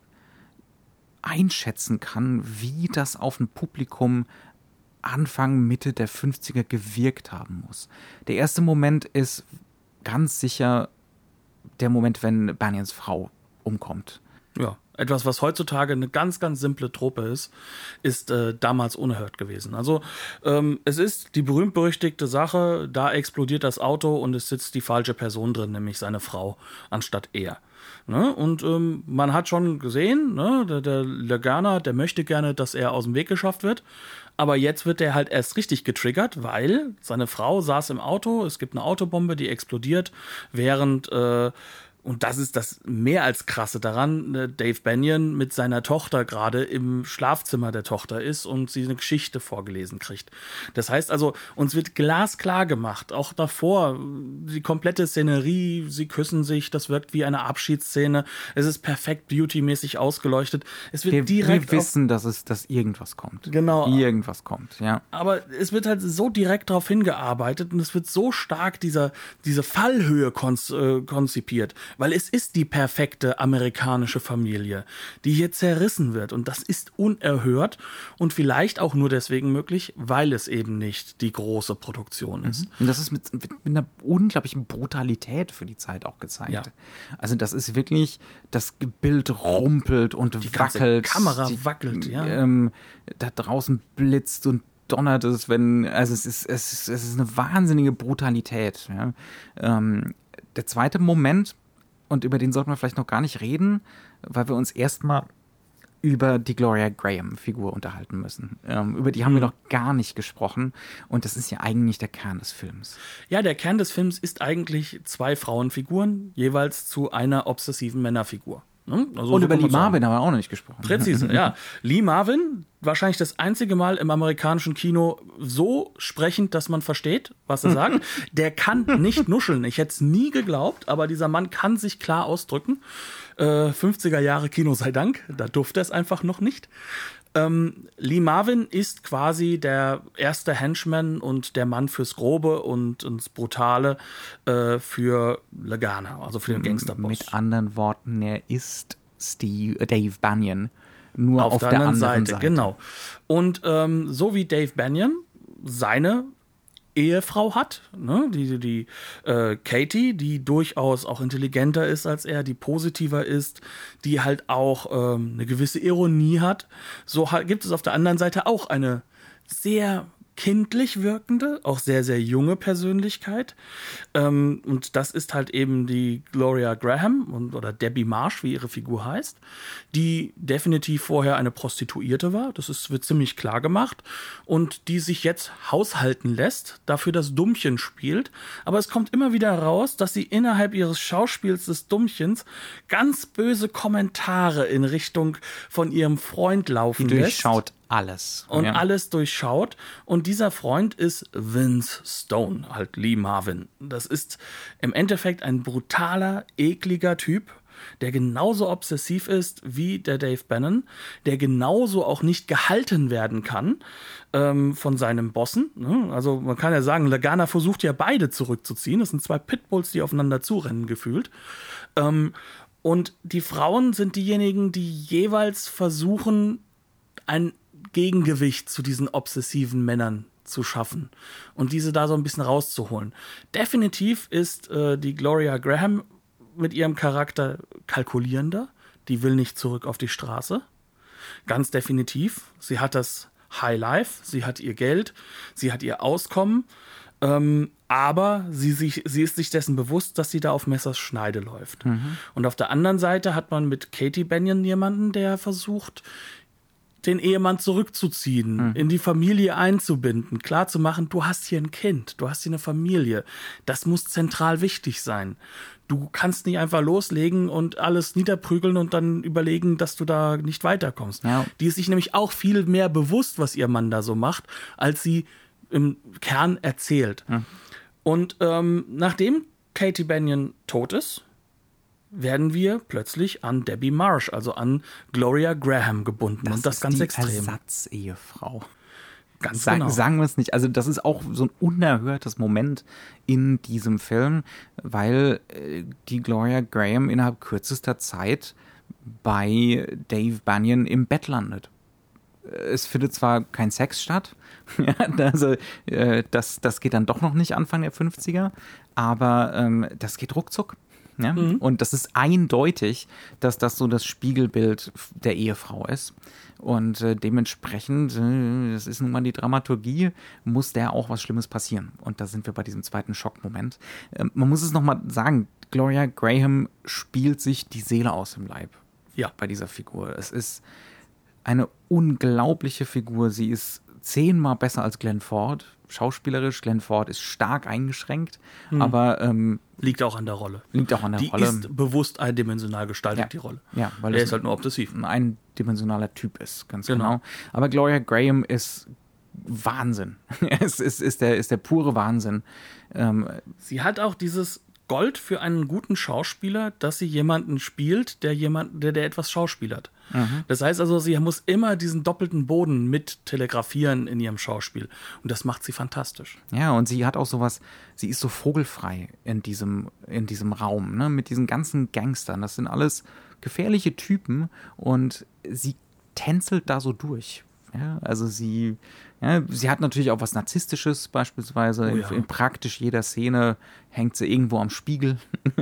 einschätzen kann, wie das auf ein Publikum Anfang, Mitte der fünfziger gewirkt haben muss. Der erste Moment ist ganz sicher der Moment, wenn Banyans Frau umkommt. Ja, etwas, was heutzutage eine ganz, ganz simple Trope ist, ist äh, damals unerhört gewesen. Also ähm, es ist die berühmt-berüchtigte Sache, da explodiert das Auto und es sitzt die falsche Person drin, nämlich seine Frau, anstatt er. Ne? Und ähm, man hat schon gesehen, ne? der, der Lagana, der möchte gerne, dass er aus dem Weg geschafft wird. Aber jetzt wird er halt erst richtig getriggert, weil seine Frau saß im Auto, es gibt eine Autobombe, die explodiert, während... Äh, Und das ist das mehr als Krasse daran, Dave Banyan mit seiner Tochter gerade im Schlafzimmer der Tochter ist und sie eine Geschichte vorgelesen kriegt. Das heißt also, uns wird glasklar gemacht, auch davor, die komplette Szenerie, sie küssen sich, das wirkt wie eine Abschiedsszene, es ist perfekt beautymäßig ausgeleuchtet. Es wird wir, direkt wir wissen, dass es, dass irgendwas kommt. Genau. Irgendwas kommt, ja. Aber es wird halt so direkt darauf hingearbeitet und es wird so stark dieser, diese Fallhöhe konz, äh, konzipiert. Weil es ist die perfekte amerikanische Familie, die hier zerrissen wird. Und das ist unerhört und vielleicht auch nur deswegen möglich, weil es eben nicht die große Produktion ist. Und das ist mit, mit einer unglaublichen Brutalität für die Zeit auch gezeigt. Ja. Also das ist wirklich, das Bild rumpelt und die wackelt. Die Kamera die, wackelt, ja. Ähm, da draußen blitzt und donnert es, wenn, also es ist, es ist, es ist eine wahnsinnige Brutalität. Ja. Ähm, der zweite Moment, und über den sollten wir vielleicht noch gar nicht reden, weil wir uns erstmal über die Gloria Graham-Figur unterhalten müssen. Ähm, über die haben mhm. wir noch gar nicht gesprochen. Und das ist ja eigentlich der Kern des Films. Ja, der Kern des Films ist eigentlich zwei Frauenfiguren, jeweils zu einer obsessiven Männerfigur. Also und so über Lee Marvin haben wir auch noch nicht gesprochen. Präzise, ja. Lee Marvin, wahrscheinlich das einzige Mal im amerikanischen Kino so sprechend, dass man versteht, was er sagt. Der kann nicht nuscheln. Ich hätte es nie geglaubt, aber dieser Mann kann sich klar ausdrücken. Äh, fünfziger Jahre Kino sei Dank, da durfte es einfach noch nicht. Ähm, Lee Marvin ist quasi der erste Henchman und der Mann fürs Grobe und ins Brutale äh, für Lagana, also für den Gangsterboss. Mit anderen Worten, er ist Steve, äh, Dave Banyan, nur auf, auf der, der anderen Seite, Seite. Genau. Und ähm, so wie Dave Banyan seine Ehefrau hat, ne? die, die äh, Katie, die durchaus auch intelligenter ist als er, die positiver ist, die halt auch ähm, eine gewisse Ironie hat. So ha- gibt es auf der anderen Seite auch eine sehr kindlich wirkende, auch sehr, sehr junge Persönlichkeit. Ähm, und das ist halt eben die Gloria Graham und, oder Debbie Marsh, wie ihre Figur heißt, die definitiv vorher eine Prostituierte war. Das ist, wird ziemlich klar gemacht. Und die sich jetzt haushalten lässt, dafür das Dummchen spielt. Aber es kommt immer wieder raus, dass sie innerhalb ihres Schauspiels des Dummchens ganz böse Kommentare in Richtung von ihrem Freund laufen die lässt. Durchschaut alles. Und ja. alles durchschaut. Und dieser Freund ist Vince Stone, halt Lee Marvin. Das ist im Endeffekt ein brutaler, ekliger Typ. der genauso obsessiv ist wie der Dave Bannon, der genauso auch nicht gehalten werden kann ähm, von seinem Bossen. Ne? Also man kann ja sagen, Lagana versucht ja beide zurückzuziehen. Das sind zwei Pitbulls, die aufeinander zurennen gefühlt. Ähm, und die Frauen sind diejenigen, die jeweils versuchen, ein Gegengewicht zu diesen obsessiven Männern zu schaffen und diese da so ein bisschen rauszuholen. Definitiv ist äh, die Gloria Graham mit ihrem Charakter kalkulierender. Die will nicht zurück auf die Straße. Ganz definitiv. Sie hat das High Life, sie hat ihr Geld, sie hat ihr Auskommen, ähm, aber sie, sich, sie ist sich dessen bewusst, dass sie da auf Messers Schneide läuft. Mhm. Und auf der anderen Seite hat man mit Katie Banyan jemanden, der versucht, den Ehemann zurückzuziehen, mhm. in die Familie einzubinden, klarzumachen, du hast hier ein Kind, du hast hier eine Familie. Das muss zentral wichtig sein. Du kannst nicht einfach loslegen und alles niederprügeln und dann überlegen, dass du da nicht weiterkommst. Ja. Die ist sich nämlich auch viel mehr bewusst, was ihr Mann da so macht, als sie im Kern erzählt. Mhm. Und ähm, nachdem Katie Banyan tot ist, werden wir plötzlich an Debbie Marsh, also an Gloria Graham gebunden. Das und das ist ganz die extrem. Ersatzehefrau. Ganz Sag, genau. Sagen wir es nicht. Also das ist auch so ein unerhörtes Moment in diesem Film, weil äh, die Gloria Graham innerhalb kürzester Zeit bei Dave Banyan im Bett landet. Es findet zwar kein Sex statt, ja, also äh, das, das geht dann doch noch nicht Anfang der fünfziger, aber ähm, das geht ruckzuck. Ja? Mhm. Und das ist eindeutig, dass das so das Spiegelbild der Ehefrau ist. Und äh, dementsprechend, äh, das ist nun mal die Dramaturgie, muss der auch was Schlimmes passieren. Und da sind wir bei diesem zweiten Schockmoment. Äh, man muss es nochmal sagen, Gloria Graham spielt sich die Seele aus dem Leib. Ja. Bei dieser Figur. Es ist eine unglaubliche Figur. Sie ist zehnmal besser als Glenn Ford. Schauspielerisch, Glenn Ford ist stark eingeschränkt, mhm. aber ähm, liegt auch an der Rolle. Liegt auch an der die Rolle. Die ist bewusst eindimensional gestaltet, ja. die Rolle. Ja, weil er ist halt nur obsessiv. Ein eindimensionaler Typ ist, ganz genau. genau. Aber Gloria Graham ist Wahnsinn. es ist, ist, der, ist der pure Wahnsinn. Ähm, Sie hat auch dieses Gold für einen guten Schauspieler, dass sie jemanden spielt, der jemand, der, der etwas schauspielert. Mhm. Das heißt also, sie muss immer diesen doppelten Boden mit telegrafieren in ihrem Schauspiel. Und das macht sie fantastisch. Ja, und sie hat auch sowas, sie ist so vogelfrei in diesem, in diesem Raum, ne? Mit diesen ganzen Gangstern. Das sind alles gefährliche Typen und sie tänzelt da so durch. Ja, also sie, ja, sie hat natürlich auch was Narzisstisches beispielsweise. Oh ja. in, in praktisch jeder Szene hängt sie irgendwo am Spiegel.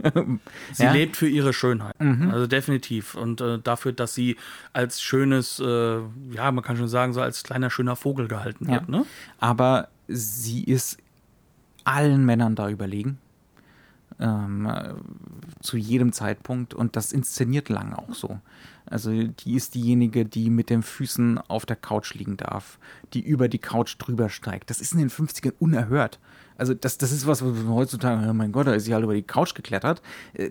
Sie ja? lebt für ihre Schönheit, mhm. also definitiv. Und äh, dafür, dass sie als schönes, äh, ja, man kann schon sagen, so als kleiner schöner Vogel gehalten ja. wird. Ne? Aber sie ist allen Männern da überlegen. Ähm, zu jedem Zeitpunkt und das inszeniert lang auch so. Also die ist diejenige, die mit den Füßen auf der Couch liegen darf, die über die Couch drüber steigt. Das ist in den fünfzigern unerhört. Also das, das ist was, was wir heutzutage, oh mein Gott, da ist sie halt über die Couch geklettert.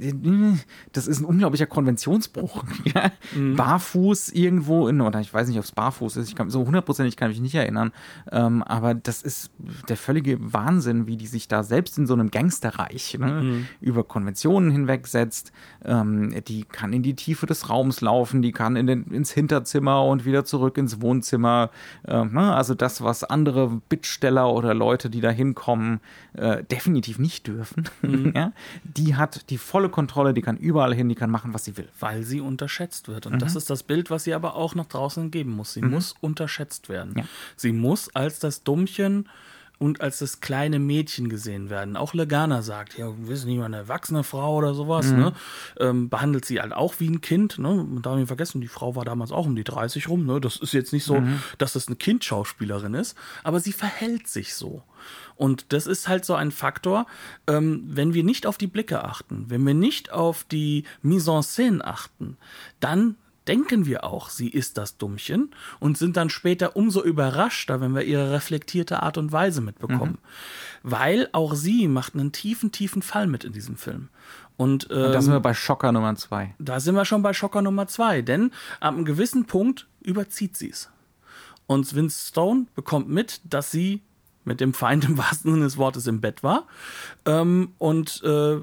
Das ist ein unglaublicher Konventionsbruch. Ja? Mhm. Barfuß irgendwo in, oder ich weiß nicht, ob es barfuß ist, ich kann, so hundertprozentig kann ich mich nicht erinnern, ähm, aber das ist der völlige Wahnsinn, wie die sich da selbst in so einem Gangsterreich ne, mhm. über Konventionen hinwegsetzt. Ähm, die kann in die Tiefe des Raums laufen, die kann in den, ins Hinterzimmer und wieder zurück ins Wohnzimmer. Ähm, ne? Also das, was andere Bittsteller oder Leute, die da hinkommen, Äh, definitiv nicht dürfen. Mhm. ja? Die hat die volle Kontrolle, die kann überall hin, die kann machen, was sie will. Weil sie unterschätzt wird. Und mhm. das ist das Bild, was sie aber auch nach draußen geben muss. Sie mhm. muss unterschätzt werden. Ja. Sie muss als das Dummchen und als das kleine Mädchen gesehen werden. Auch Lagana sagt, ja, wir wissen nicht mal, eine erwachsene Frau oder sowas, mhm. ne? Ähm, behandelt sie halt auch wie ein Kind, ne? Man darf nicht vergessen, die Frau war damals auch um die dreißig rum, ne? Das ist jetzt nicht so, mhm. dass das eine Kindschauspielerin ist, aber sie verhält sich so. Und das ist halt so ein Faktor, ähm, wenn wir nicht auf die Blicke achten, wenn wir nicht auf die Mise en Scène achten, dann denken wir auch, sie ist das Dummchen und sind dann später umso überraschter, wenn wir ihre reflektierte Art und Weise mitbekommen. Mhm. Weil auch sie macht einen tiefen, tiefen Fall mit in diesem Film. Und, ähm, und da sind wir bei Schocker Nummer zwei. Da sind wir schon bei Schocker Nummer zwei, denn ab einem gewissen Punkt überzieht sie es. Und Vince Stone bekommt mit, dass sie mit dem Feind im wahrsten Sinne des Wortes im Bett war. Ähm, und äh,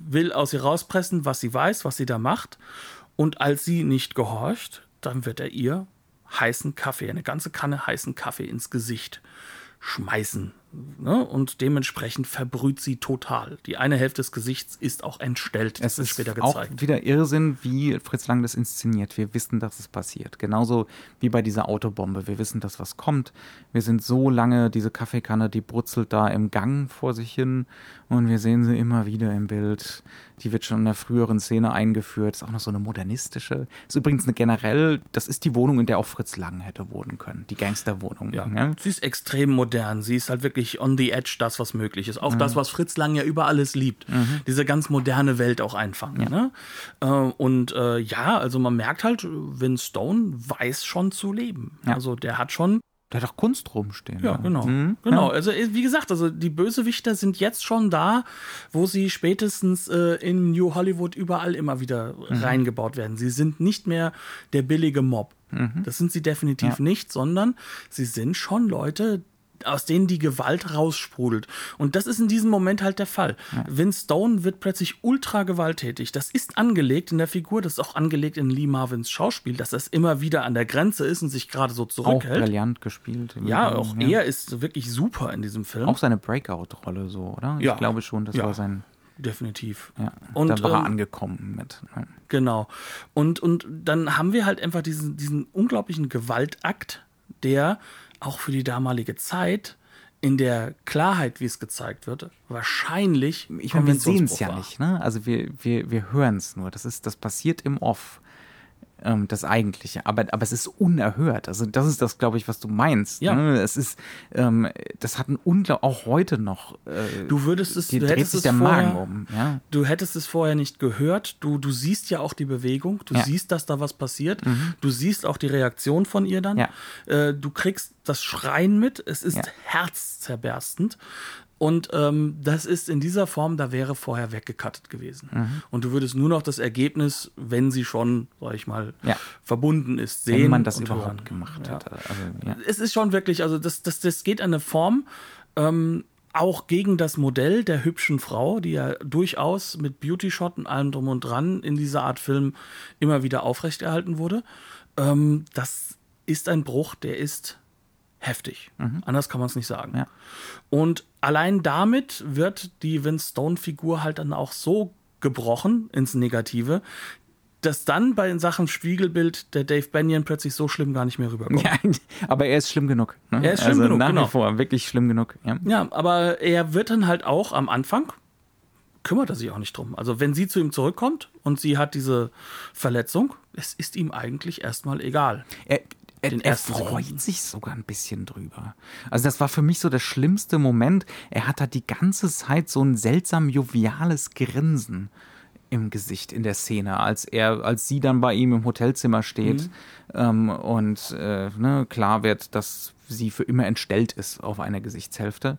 will aus ihr rauspressen, was sie weiß, was sie da macht. Und als sie nicht gehorcht, dann wird er ihr heißen Kaffee, eine ganze Kanne heißen Kaffee ins Gesicht schmeißen. Ne? Und dementsprechend verbrüht sie total. Die eine Hälfte des Gesichts ist auch entstellt. Das Es wird ist später auch gezeigt. wieder Irrsinn, wie Fritz Lang das inszeniert. Wir wissen, dass es passiert. Genauso wie bei dieser Autobombe. Wir wissen, dass was kommt. Wir sind so lange, diese Kaffeekanne, die brutzelt da im Gang vor sich hin und wir sehen sie immer wieder im Bild. Die wird schon in der früheren Szene eingeführt. Ist auch noch so eine modernistische. Ist übrigens eine generell, das ist die Wohnung, in der auch Fritz Lang hätte wohnen können. Die Gangsterwohnung. Ja. Ja. Sie ist extrem modern. Sie ist halt wirklich on the edge, das, was möglich ist. Auch mhm. das, was Fritz Lang ja über alles liebt. Mhm. Diese ganz moderne Welt auch einfangen. Ja. Ne? Äh, und äh, ja, also man merkt halt, Vince Stone weiß schon zu leben. Ja. Also der hat schon Da hat auch Kunst rumstehen. Ja, ja. genau. Mhm. genau. Ja. Also wie gesagt, also die Bösewichter sind jetzt schon da, wo sie spätestens äh, in New Hollywood überall immer wieder mhm. reingebaut werden. Sie sind nicht mehr der billige Mob. Mhm. Das sind sie definitiv ja. nicht, sondern sie sind schon Leute, aus denen die Gewalt raussprudelt. Und das ist in diesem Moment halt der Fall. Ja. Vince Stone wird plötzlich ultra gewalttätig. Das ist angelegt in der Figur, das ist auch angelegt in Lee Marvins Schauspiel, dass das immer wieder an der Grenze ist und sich gerade so zurückhält. Auch brillant gespielt. Ja, auch ja. er ist wirklich super in diesem Film. Auch seine Breakout-Rolle so, oder? Ja. Ich glaube schon, das ja. war sein... Definitiv. Ja, und da war er ähm, angekommen mit. Ja. Genau. Und, und dann haben wir halt einfach diesen, diesen unglaublichen Gewaltakt, der auch für die damalige Zeit in der Klarheit, wie es gezeigt wird, wahrscheinlich Ich meine, wir sehen es ja war. nicht, ne? Also wir, wir, wir hören es nur. Das ist, das passiert im Off. Ähm, das Eigentliche. Aber, aber es ist unerhört. Also das ist das, glaube ich, was du meinst. Ja. Ne? Es ist, ähm, das hat ein unglaublich, auch heute noch. Äh, Du würdest es, die du dreht hättest sich es der vorher, Magen um. Ja? Du hättest es vorher nicht gehört. Du, du siehst ja auch die Bewegung. Du Ja. siehst, dass da was passiert. Mhm. Du siehst auch die Reaktion von ihr dann. Ja. Äh, du kriegst das Schreien mit. Es ist Ja. herzzerberstend. Und ähm, das ist in dieser Form, da wäre vorher weggekattet gewesen. Mhm. Und du würdest nur noch das Ergebnis, wenn sie schon, sag ich mal, Ja. verbunden ist, sehen. Wenn man das und überhaupt hören. gemacht Ja. hätte. Also, ja. Es ist schon wirklich, also das, das, das geht an eine Form, ähm, auch gegen das Modell der hübschen Frau, die ja durchaus mit Beauty-Shot und allem drum und dran in dieser Art Film immer wieder aufrechterhalten wurde. Ähm, das ist ein Bruch, der ist heftig. Mhm. Anders kann man es nicht sagen. Ja. Und allein damit wird die Vince Stone-Figur halt dann auch so gebrochen ins Negative, dass dann bei den Sachen Spiegelbild der Dave Banyan plötzlich so schlimm gar nicht mehr rüberkommt. Ja, aber er ist schlimm genug. Ne? Er ist schlimm also genug, nach genau. wie vor, wirklich schlimm genug. Ja. Ja, aber er wird dann halt auch am Anfang, kümmert er sich auch nicht drum. Also wenn sie zu ihm zurückkommt und sie hat diese Verletzung, es ist ihm eigentlich erstmal egal. Er, er, Den er ersten freut Sekunden. sich sogar ein bisschen drüber. Also das war für mich so der schlimmste Moment. Er hat da die ganze Zeit so ein seltsam joviales Grinsen im Gesicht in der Szene, als er, als sie dann bei ihm im Hotelzimmer steht Mhm. ähm, und äh, ne, klar wird, dass sie für immer entstellt ist auf einer Gesichtshälfte.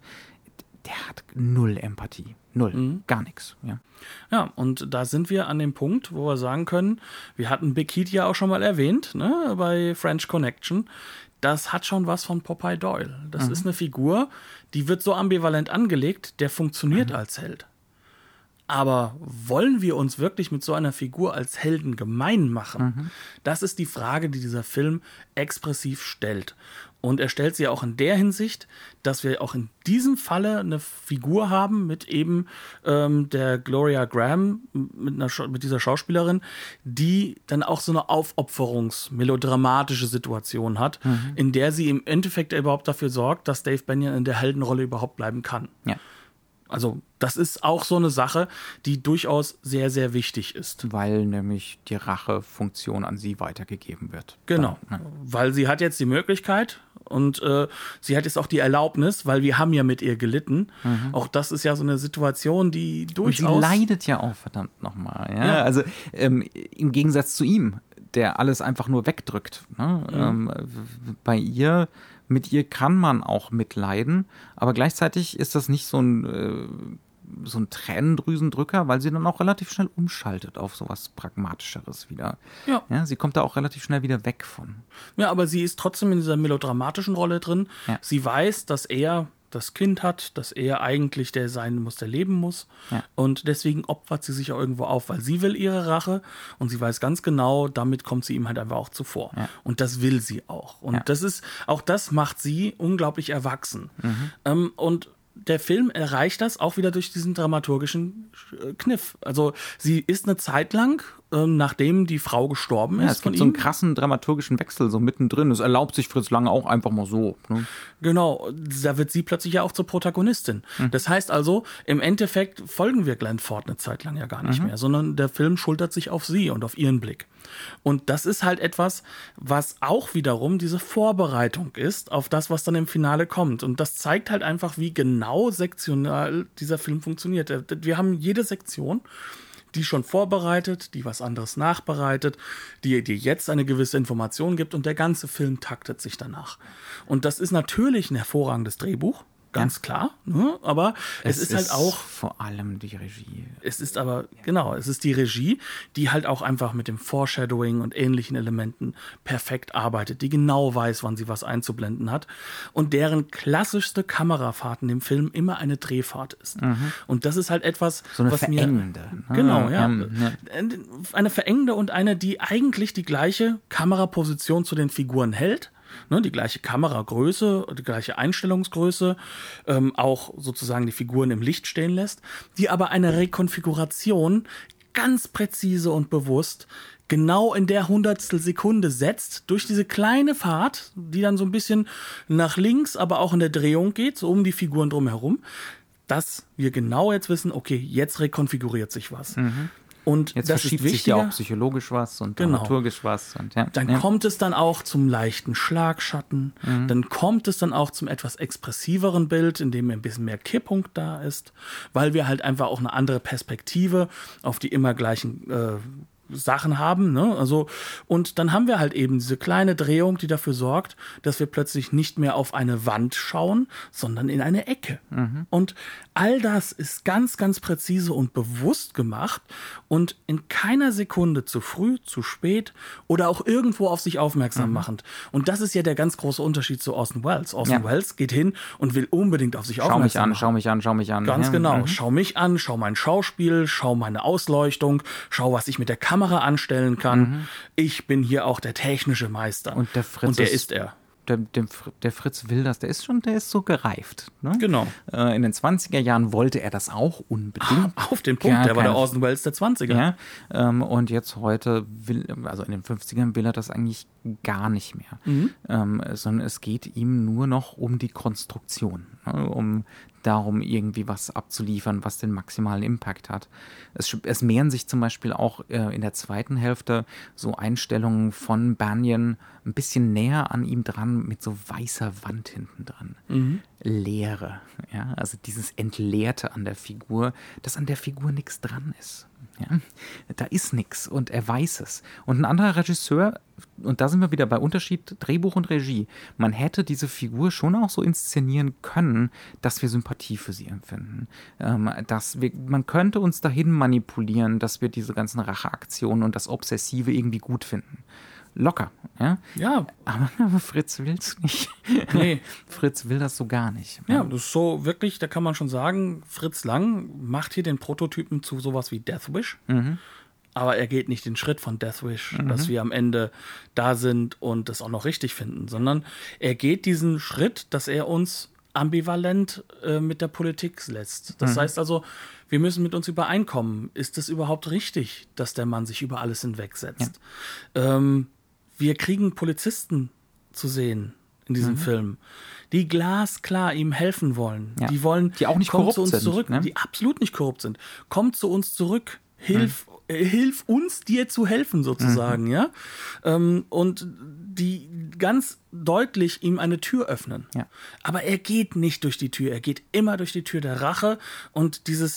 Der hat null Empathie. Null. Mhm. Gar nichts. Ja. Ja, und da sind wir an dem Punkt, wo wir sagen können, wir hatten Big Heat ja auch schon mal erwähnt, ne, bei French Connection. Das hat schon was von Popeye Doyle. Das Mhm. ist eine Figur, die wird so ambivalent angelegt, der funktioniert Mhm. als Held. Aber wollen wir uns wirklich mit so einer Figur als Helden gemein machen? Mhm. Das ist die Frage, die dieser Film expressiv stellt. Und er stellt sie auch in der Hinsicht, dass wir auch in diesem Falle eine Figur haben mit eben ähm, der Gloria Graham, mit, einer, Scha- mit dieser Schauspielerin, die dann auch so eine aufopferungs-melodramatische Situation hat, Mhm. in der sie im Endeffekt überhaupt dafür sorgt, dass Dave Banyan in der Heldenrolle überhaupt bleiben kann. Ja. Also das ist auch so eine Sache, die durchaus sehr, sehr wichtig ist. Weil nämlich die Rachefunktion an sie weitergegeben wird. Genau, Dann, ne? weil sie hat jetzt die Möglichkeit und äh, sie hat jetzt auch die Erlaubnis, weil wir haben ja mit ihr gelitten. Auch das ist ja so eine Situation, die Und sie durchaus... leidet ja auch verdammt nochmal. Ja? Ja. Also ähm, im Gegensatz zu ihm, der alles einfach nur wegdrückt. Ne? Ähm, w- bei ihr, mit ihr kann man auch mitleiden, aber gleichzeitig ist das nicht so ein, äh, so ein Tränendrüsendrücker, weil sie dann auch relativ schnell umschaltet auf sowas Pragmatischeres wieder. Ja. Ja, sie kommt da auch relativ schnell wieder weg von. Ja, aber sie ist trotzdem in dieser melodramatischen Rolle drin. Ja. Sie weiß, dass er das Kind hat, dass er eigentlich der sein muss, der leben muss. Ja. Und deswegen opfert sie sich auch irgendwo auf, weil sie will ihre Rache und sie weiß ganz genau, damit kommt sie ihm halt einfach auch zuvor. Ja. Und das will sie auch. Und Ja. das ist, auch das macht sie unglaublich erwachsen. Mhm. Ähm, und der Film erreicht das auch wieder durch diesen dramaturgischen äh, Kniff. Also sie ist eine Zeit lang, ähm, nachdem die Frau gestorben Ja, ist es von gibt so einen ihm. krassen dramaturgischen Wechsel so mittendrin. Das erlaubt sich Fritz Lang auch einfach mal so. Ne? Genau, da wird sie plötzlich ja auch zur Protagonistin. Mhm. Das heißt also, im Endeffekt folgen wir Glenn Ford eine Zeit lang ja gar nicht Mhm. mehr, sondern der Film schultert sich auf sie und auf ihren Blick. Und das ist halt etwas, was auch wiederum diese Vorbereitung ist auf das, was dann im Finale kommt. Und das zeigt halt einfach, wie genau sektional dieser Film funktioniert. Wir haben jede Sektion, die schon vorbereitet, die was anderes nachbereitet, die dir jetzt eine gewisse Information gibt und der ganze Film taktet sich danach. Und das ist natürlich ein hervorragendes Drehbuch, ganz ja. klar, ne? Aber es, es ist, ist halt auch vor allem die Regie. Es ist aber, genau, es ist die Regie, die halt auch einfach mit dem Foreshadowing und ähnlichen Elementen perfekt arbeitet, die genau weiß, wann sie was einzublenden hat und deren klassischste Kamerafahrt in dem Film immer eine Drehfahrt ist. Mhm. Und das ist halt etwas, so eine was verengende. mir... Genau, ja. Ähm, ja. Eine verengende und eine, die eigentlich die gleiche Kameraposition zu den Figuren hält. Ne, die gleiche Kameragröße, die gleiche Einstellungsgröße, ähm, auch sozusagen die Figuren im Licht stehen lässt, die aber eine Rekonfiguration ganz präzise und bewusst genau in der Hundertstel Sekunde setzt, durch diese kleine Fahrt, die dann so ein bisschen nach links, aber auch in der Drehung geht, so um die Figuren drumherum, dass wir genau jetzt wissen, okay, jetzt rekonfiguriert sich was. Mhm. Und jetzt das verschiebt ist sich ja auch psychologisch was und genau. dramaturgisch was. Und ja, dann ja. kommt es dann auch zum leichten Schlagschatten. Mhm. Dann kommt es dann auch zum etwas expressiveren Bild, in dem ein bisschen mehr Kipppunkt da ist, weil wir halt einfach auch eine andere Perspektive auf die immer gleichen äh, Sachen haben, ne? Also, und dann haben wir halt eben diese kleine Drehung, die dafür sorgt, dass wir plötzlich nicht mehr auf eine Wand schauen, sondern in eine Ecke. Mhm. Und all das ist ganz, ganz präzise und bewusst gemacht und in keiner Sekunde zu früh, zu spät oder auch irgendwo auf sich aufmerksam mhm. machend. Und das ist ja der ganz große Unterschied zu Orson Welles. Orson ja. Welles geht hin und will unbedingt auf sich schau aufmerksam machen. Schau mich an, schau mich an, schau mich an. Ganz ja. genau. Mhm. Schau mich an, schau mein Schauspiel, schau meine Ausleuchtung, schau, was ich mit der Kamera anstellen kann. Mhm. Ich bin hier auch der technische Meister. Und der Fritz Und der ist, ist er. Der, der, der Fritz will das, der ist schon, der ist so gereift. Ne? Genau. Äh, in den zwanziger Jahren wollte er das auch unbedingt. Ah, auf den Punkt, ja, der war der keine, Orson Welles der zwanziger. Ja, ähm, und jetzt heute will, also in den fünfzigern will er das eigentlich gar nicht mehr. Mhm. Ähm, sondern es geht ihm nur noch um die Konstruktion, ne? Um darum, irgendwie was abzuliefern, was den maximalen Impact hat. Es, es mehren sich zum Beispiel auch äh, in der zweiten Hälfte so Einstellungen von Bunyan ein bisschen näher an ihm dran, mit so weißer Wand hinten dran. Mhm. Leere, ja, also dieses Entleerte an der Figur, dass an der Figur nichts dran ist. Ja, da ist nichts und er weiß es. Und ein anderer Regisseur, und da sind wir wieder bei Unterschied Drehbuch und Regie, man hätte diese Figur schon auch so inszenieren können, dass wir Sympathie für sie empfinden. Ähm, dass wir, man könnte uns dahin manipulieren, dass wir diese ganzen Racheaktionen und das Obsessive irgendwie gut finden. Locker, ja? Ja. Aber, aber Fritz will's nicht. Nee. Fritz will das so gar nicht. Ja, das ist so wirklich, da kann man schon sagen, Fritz Lang macht hier den Prototypen zu sowas wie Death Wish. Mhm. Aber er geht nicht den Schritt von Death Wish, mhm. dass wir am Ende da sind und das auch noch richtig finden, sondern er geht diesen Schritt, dass er uns ambivalent äh, mit der Politik lässt. Das mhm. heißt also, wir müssen mit uns übereinkommen. Ist es überhaupt richtig, dass der Mann sich über alles hinwegsetzt? Ja. Ähm, wir kriegen Polizisten zu sehen in diesem mhm. Film, die glasklar ihm helfen wollen. Ja. Die wollen, die auch nicht kommt korrupt zu uns sind, zurück, ne? die absolut nicht korrupt sind. Kommt zu uns zurück, hilf, mhm. äh, hilf uns, dir zu helfen sozusagen, mhm. ja. Ähm, und die ganz deutlich ihm eine Tür öffnen. Ja. Aber er geht nicht durch die Tür, er geht immer durch die Tür der Rache und dieses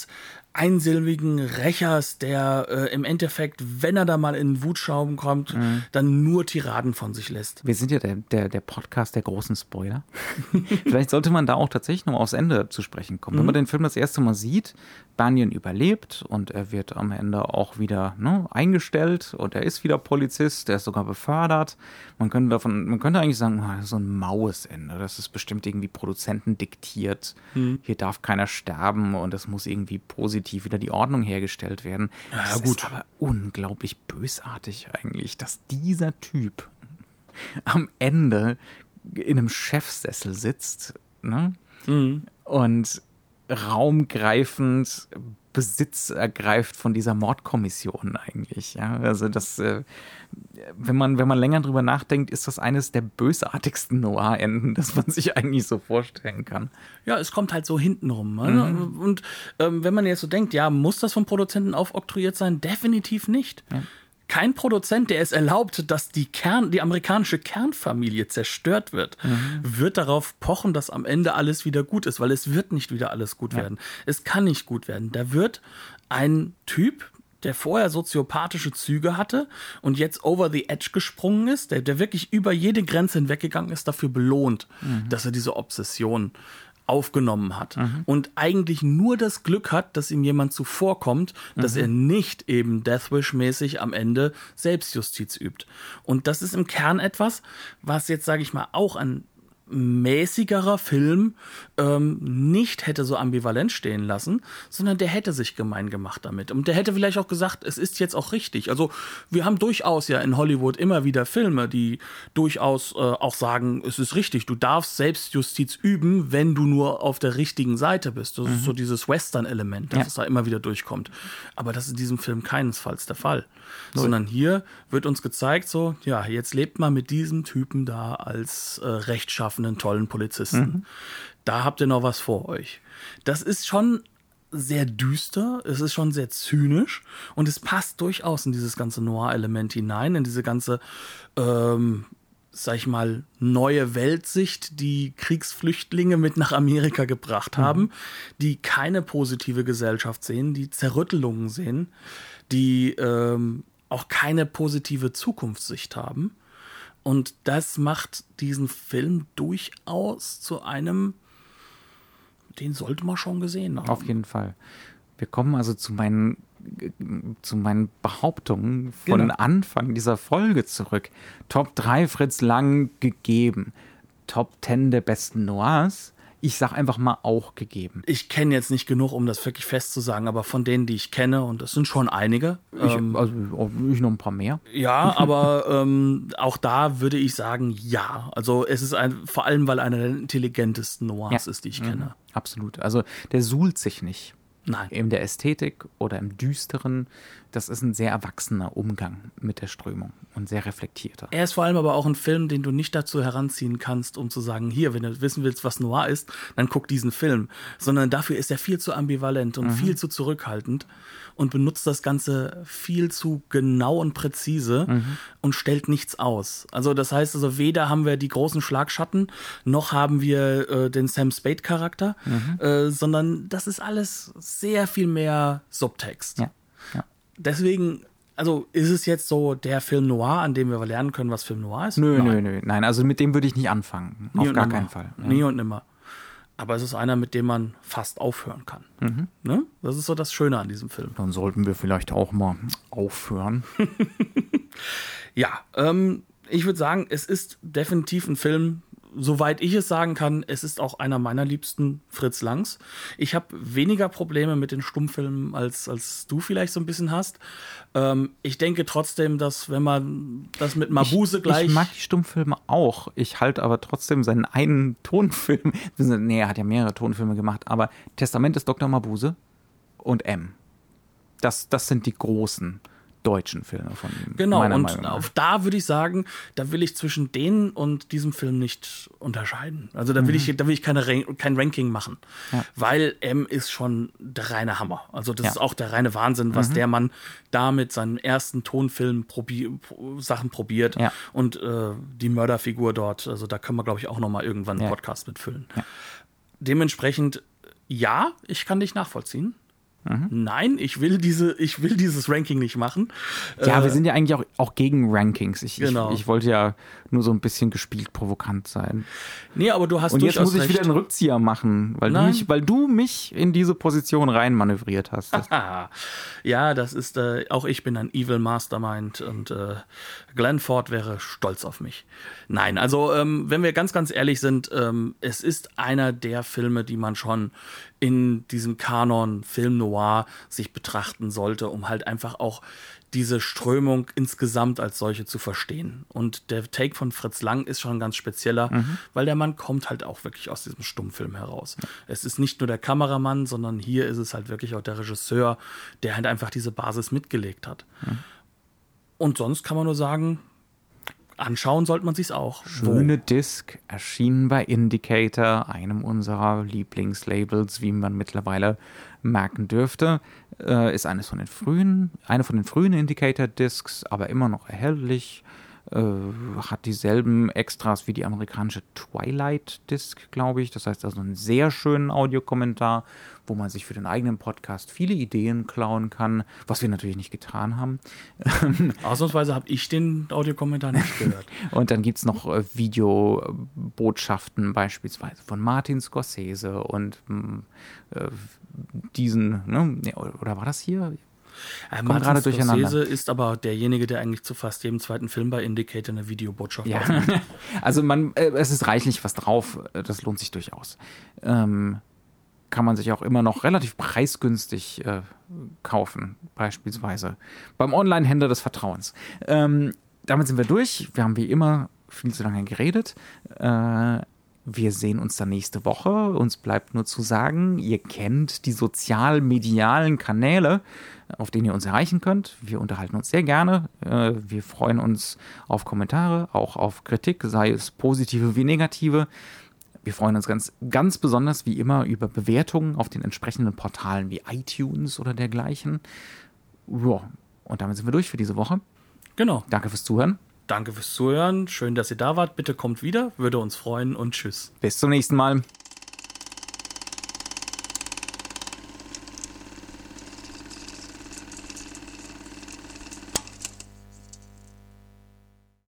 einsilbigen Rächers, der äh, im Endeffekt, wenn er da mal in Wutschaum kommt, mhm. dann nur Tiraden von sich lässt. Wir sind ja der, der, der Podcast der großen Spoiler. Vielleicht sollte man da auch tatsächlich noch aufs Ende zu sprechen kommen. Mhm. Wenn man den Film das erste Mal sieht, Bunyan überlebt und er wird am Ende auch wieder ne, eingestellt und er ist wieder Polizist, er ist sogar befördert. Man könnte davon, man könnte eigentlich sagen, oh, so ein maues Ende. Das ist bestimmt irgendwie Produzenten diktiert. Mhm. Hier darf keiner sterben und es muss irgendwie positiv wieder die Ordnung hergestellt werden. Ja, das gut. ist aber unglaublich bösartig eigentlich, dass dieser Typ am Ende in einem Chefsessel sitzt, ne? Mhm. Und raumgreifend Besitz ergreift von dieser Mordkommission eigentlich. Ja? Also das, äh, wenn man, wenn man länger drüber nachdenkt, ist das eines der bösartigsten Noir-Enden, das man sich eigentlich so vorstellen kann. Ja, es kommt halt so hintenrum. Ne? Mhm. Und ähm, wenn man jetzt so denkt, ja, muss das vom Produzenten aufoktroyiert sein? Definitiv nicht. Ja. Kein Produzent, der es erlaubt, dass die Kern, die amerikanische Kernfamilie zerstört wird, mhm. wird darauf pochen, dass am Ende alles wieder gut ist, weil es wird nicht wieder alles gut ja. werden. Es kann nicht gut werden. Da wird ein Typ, der vorher soziopathische Züge hatte und jetzt over the edge gesprungen ist, der, der wirklich über jede Grenze hinweggegangen ist, dafür belohnt, mhm. dass er diese Obsession aufgenommen hat mhm. und eigentlich nur das Glück hat, dass ihm jemand zuvorkommt, dass mhm. er nicht eben Deathwish-mäßig am Ende Selbstjustiz übt. Und das ist im Kern etwas, was jetzt, sage ich mal, auch ein mäßigerer Film ähm, nicht hätte so ambivalent stehen lassen, sondern der hätte sich gemein gemacht damit. Und der hätte vielleicht auch gesagt, es ist jetzt auch richtig. Also wir haben durchaus ja in Hollywood immer wieder Filme, die durchaus äh, auch sagen, es ist richtig, du darfst Selbstjustiz üben, wenn du nur auf der richtigen Seite bist. Das mhm. ist so dieses Western-Element, das ja. da immer wieder durchkommt. Aber das ist in diesem Film keinesfalls der Fall. Null. Sondern hier wird uns gezeigt, so, ja, jetzt lebt man mit diesem Typen da als äh, rechtschaffenen, tollen Polizisten. Mhm. Da habt ihr noch was vor euch. Das ist schon sehr düster, es ist schon sehr zynisch und es passt durchaus in dieses ganze Noir-Element hinein, in diese ganze, ähm, sag ich mal, neue Weltsicht, die Kriegsflüchtlinge mit nach Amerika gebracht mhm. haben, die keine positive Gesellschaft sehen, die Zerrüttelungen sehen, die ähm, auch keine positive Zukunftssicht haben. Und das macht diesen Film durchaus zu einem, den sollte man schon gesehen haben. Auf jeden Fall. Wir kommen also zu meinen, zu meinen Behauptungen von genau. Anfang dieser Folge zurück. Top drei Fritz Lang gegeben. Top zehn der besten Noirs. Ich sag einfach mal auch gegeben. Ich kenne jetzt nicht genug, um das wirklich festzusagen, aber von denen, die ich kenne, und das sind schon einige. Ich, ähm, also ich noch ein paar mehr. Ja, aber ähm, auch da würde ich sagen, ja. Also es ist ein, vor allem, weil einer der intelligentesten Noirs ja. ist, die ich kenne. Mhm, absolut. Also der suhlt sich nicht. Nein. In der Ästhetik oder im Düsteren. Das ist ein sehr erwachsener Umgang mit der Strömung und sehr reflektierter. Er ist vor allem aber auch ein Film, den du nicht dazu heranziehen kannst, um zu sagen, hier, wenn du wissen willst, was Noir ist, dann guck diesen Film. Sondern dafür ist er viel zu ambivalent und mhm. viel zu zurückhaltend und benutzt das Ganze viel zu genau und präzise mhm. und stellt nichts aus. Also das heißt, also weder haben wir die großen Schlagschatten, noch haben wir äh, den Sam Spade-Charakter, mhm. äh, sondern das ist alles sehr viel mehr Subtext. Ja. Ja. Deswegen, also ist es jetzt so der Film Noir, an dem wir lernen können, was Film Noir ist? Nö, Nein. nö, nö. Nein, also mit dem würde ich nicht anfangen. Nie Auf gar nimmer. keinen Fall. Ja. Nie und nimmer. Aber es ist einer, mit dem man fast aufhören kann. Mhm. Ne? Das ist so das Schöne an diesem Film. Dann sollten wir vielleicht auch mal aufhören. Ja, ähm, ich würde sagen, es ist definitiv ein Film, soweit ich es sagen kann, es ist auch einer meiner liebsten Fritz Langs. Ich habe weniger Probleme mit den Stummfilmen, als, als du vielleicht so ein bisschen hast. Ähm, ich denke trotzdem, dass wenn man das mit Mabuse ich, gleich... Ich mag die Stummfilme auch. Ich halte aber trotzdem seinen einen Tonfilm... Nee, er hat ja mehrere Tonfilme gemacht, aber Testament des Doktor Mabuse und M. Das, das sind die großen deutschen Filme von ihm. Genau, und auf da würde ich sagen, da will ich zwischen denen und diesem Film nicht unterscheiden. Also da will mhm. ich, da will ich keine, kein Ranking machen. Ja. Weil M ist schon der reine Hammer. Also das ja. ist auch der reine Wahnsinn, was mhm. der Mann da mit seinen ersten Tonfilm probi- Sachen probiert. Ja. Und äh, die Mörderfigur dort, also da können wir, glaube ich, auch noch mal irgendwann einen ja. Podcast mitfüllen. Ja. Dementsprechend, ja, ich kann dich nachvollziehen. Mhm. Nein, ich will diese, ich will dieses Ranking nicht machen. Ja, äh, wir sind ja eigentlich auch, auch gegen Rankings. Ich, genau. ich, ich wollte ja nur so ein bisschen gespielt provokant sein. Nee, aber du hast Und jetzt durchaus muss ich recht. wieder einen Rückzieher machen, weil du, mich, weil du mich in diese Position reinmanövriert hast. Ja, das ist, äh, auch ich bin ein Evil Mastermind und äh, Glenn Ford wäre stolz auf mich. Nein, also ähm, wenn wir ganz, ganz ehrlich sind, ähm, es ist einer der Filme, die man schon in diesem Kanon Film Noir sich betrachten sollte, um halt einfach auch diese Strömung insgesamt als solche zu verstehen. Und der Take von Fritz Lang ist schon ein ganz spezieller, mhm. weil der Mann kommt halt auch wirklich aus diesem Stummfilm heraus. Ja. Es ist nicht nur der Kameramann, sondern hier ist es halt wirklich auch der Regisseur, der halt einfach diese Basis mitgelegt hat. Mhm. Und sonst kann man nur sagen, anschauen sollte man sich's auch. Schöne Wo? Disc, erschienen bei Indicator, einem unserer Lieblingslabels, wie man mittlerweile merken dürfte. Äh, ist eines von den frühen, eine von den frühen Indicator-Discs, aber immer noch erhältlich. Äh, hat dieselben Extras wie die amerikanische Twilight-Disc, glaube ich. Das heißt also einen sehr schönen Audiokommentar, wo man sich für den eigenen Podcast viele Ideen klauen kann, was wir natürlich nicht getan haben. Ausnahmsweise habe ich den Audiokommentar nicht gehört. Und dann gibt es noch äh, Videobotschaften beispielsweise von Martin Scorsese und äh, diesen, ne? Oder war das hier? Äh, Martin gerade Scorsese ist aber derjenige, der eigentlich zu fast jedem zweiten Film bei Indicator eine Videobotschaft ja. hat. Also man, äh, es ist reichlich was drauf, das lohnt sich durchaus. Ähm, kann man sich auch immer noch relativ preisgünstig äh, kaufen, beispielsweise beim Online-Händler des Vertrauens. Ähm, damit sind wir durch. Wir haben wie immer viel zu lange geredet. Äh, Wir sehen uns dann nächste Woche. Uns bleibt nur zu sagen, ihr kennt die sozial-medialen Kanäle, auf denen ihr uns erreichen könnt. Wir unterhalten uns sehr gerne. Wir freuen uns auf Kommentare, auch auf Kritik, sei es positive wie negative. Wir freuen uns ganz, ganz besonders wie immer über Bewertungen auf den entsprechenden Portalen wie iTunes oder dergleichen. Ja, und damit sind wir durch für diese Woche. Genau. Danke fürs Zuhören. Danke fürs Zuhören. Schön, dass ihr da wart. Bitte kommt wieder. Würde uns freuen und tschüss. Bis zum nächsten Mal.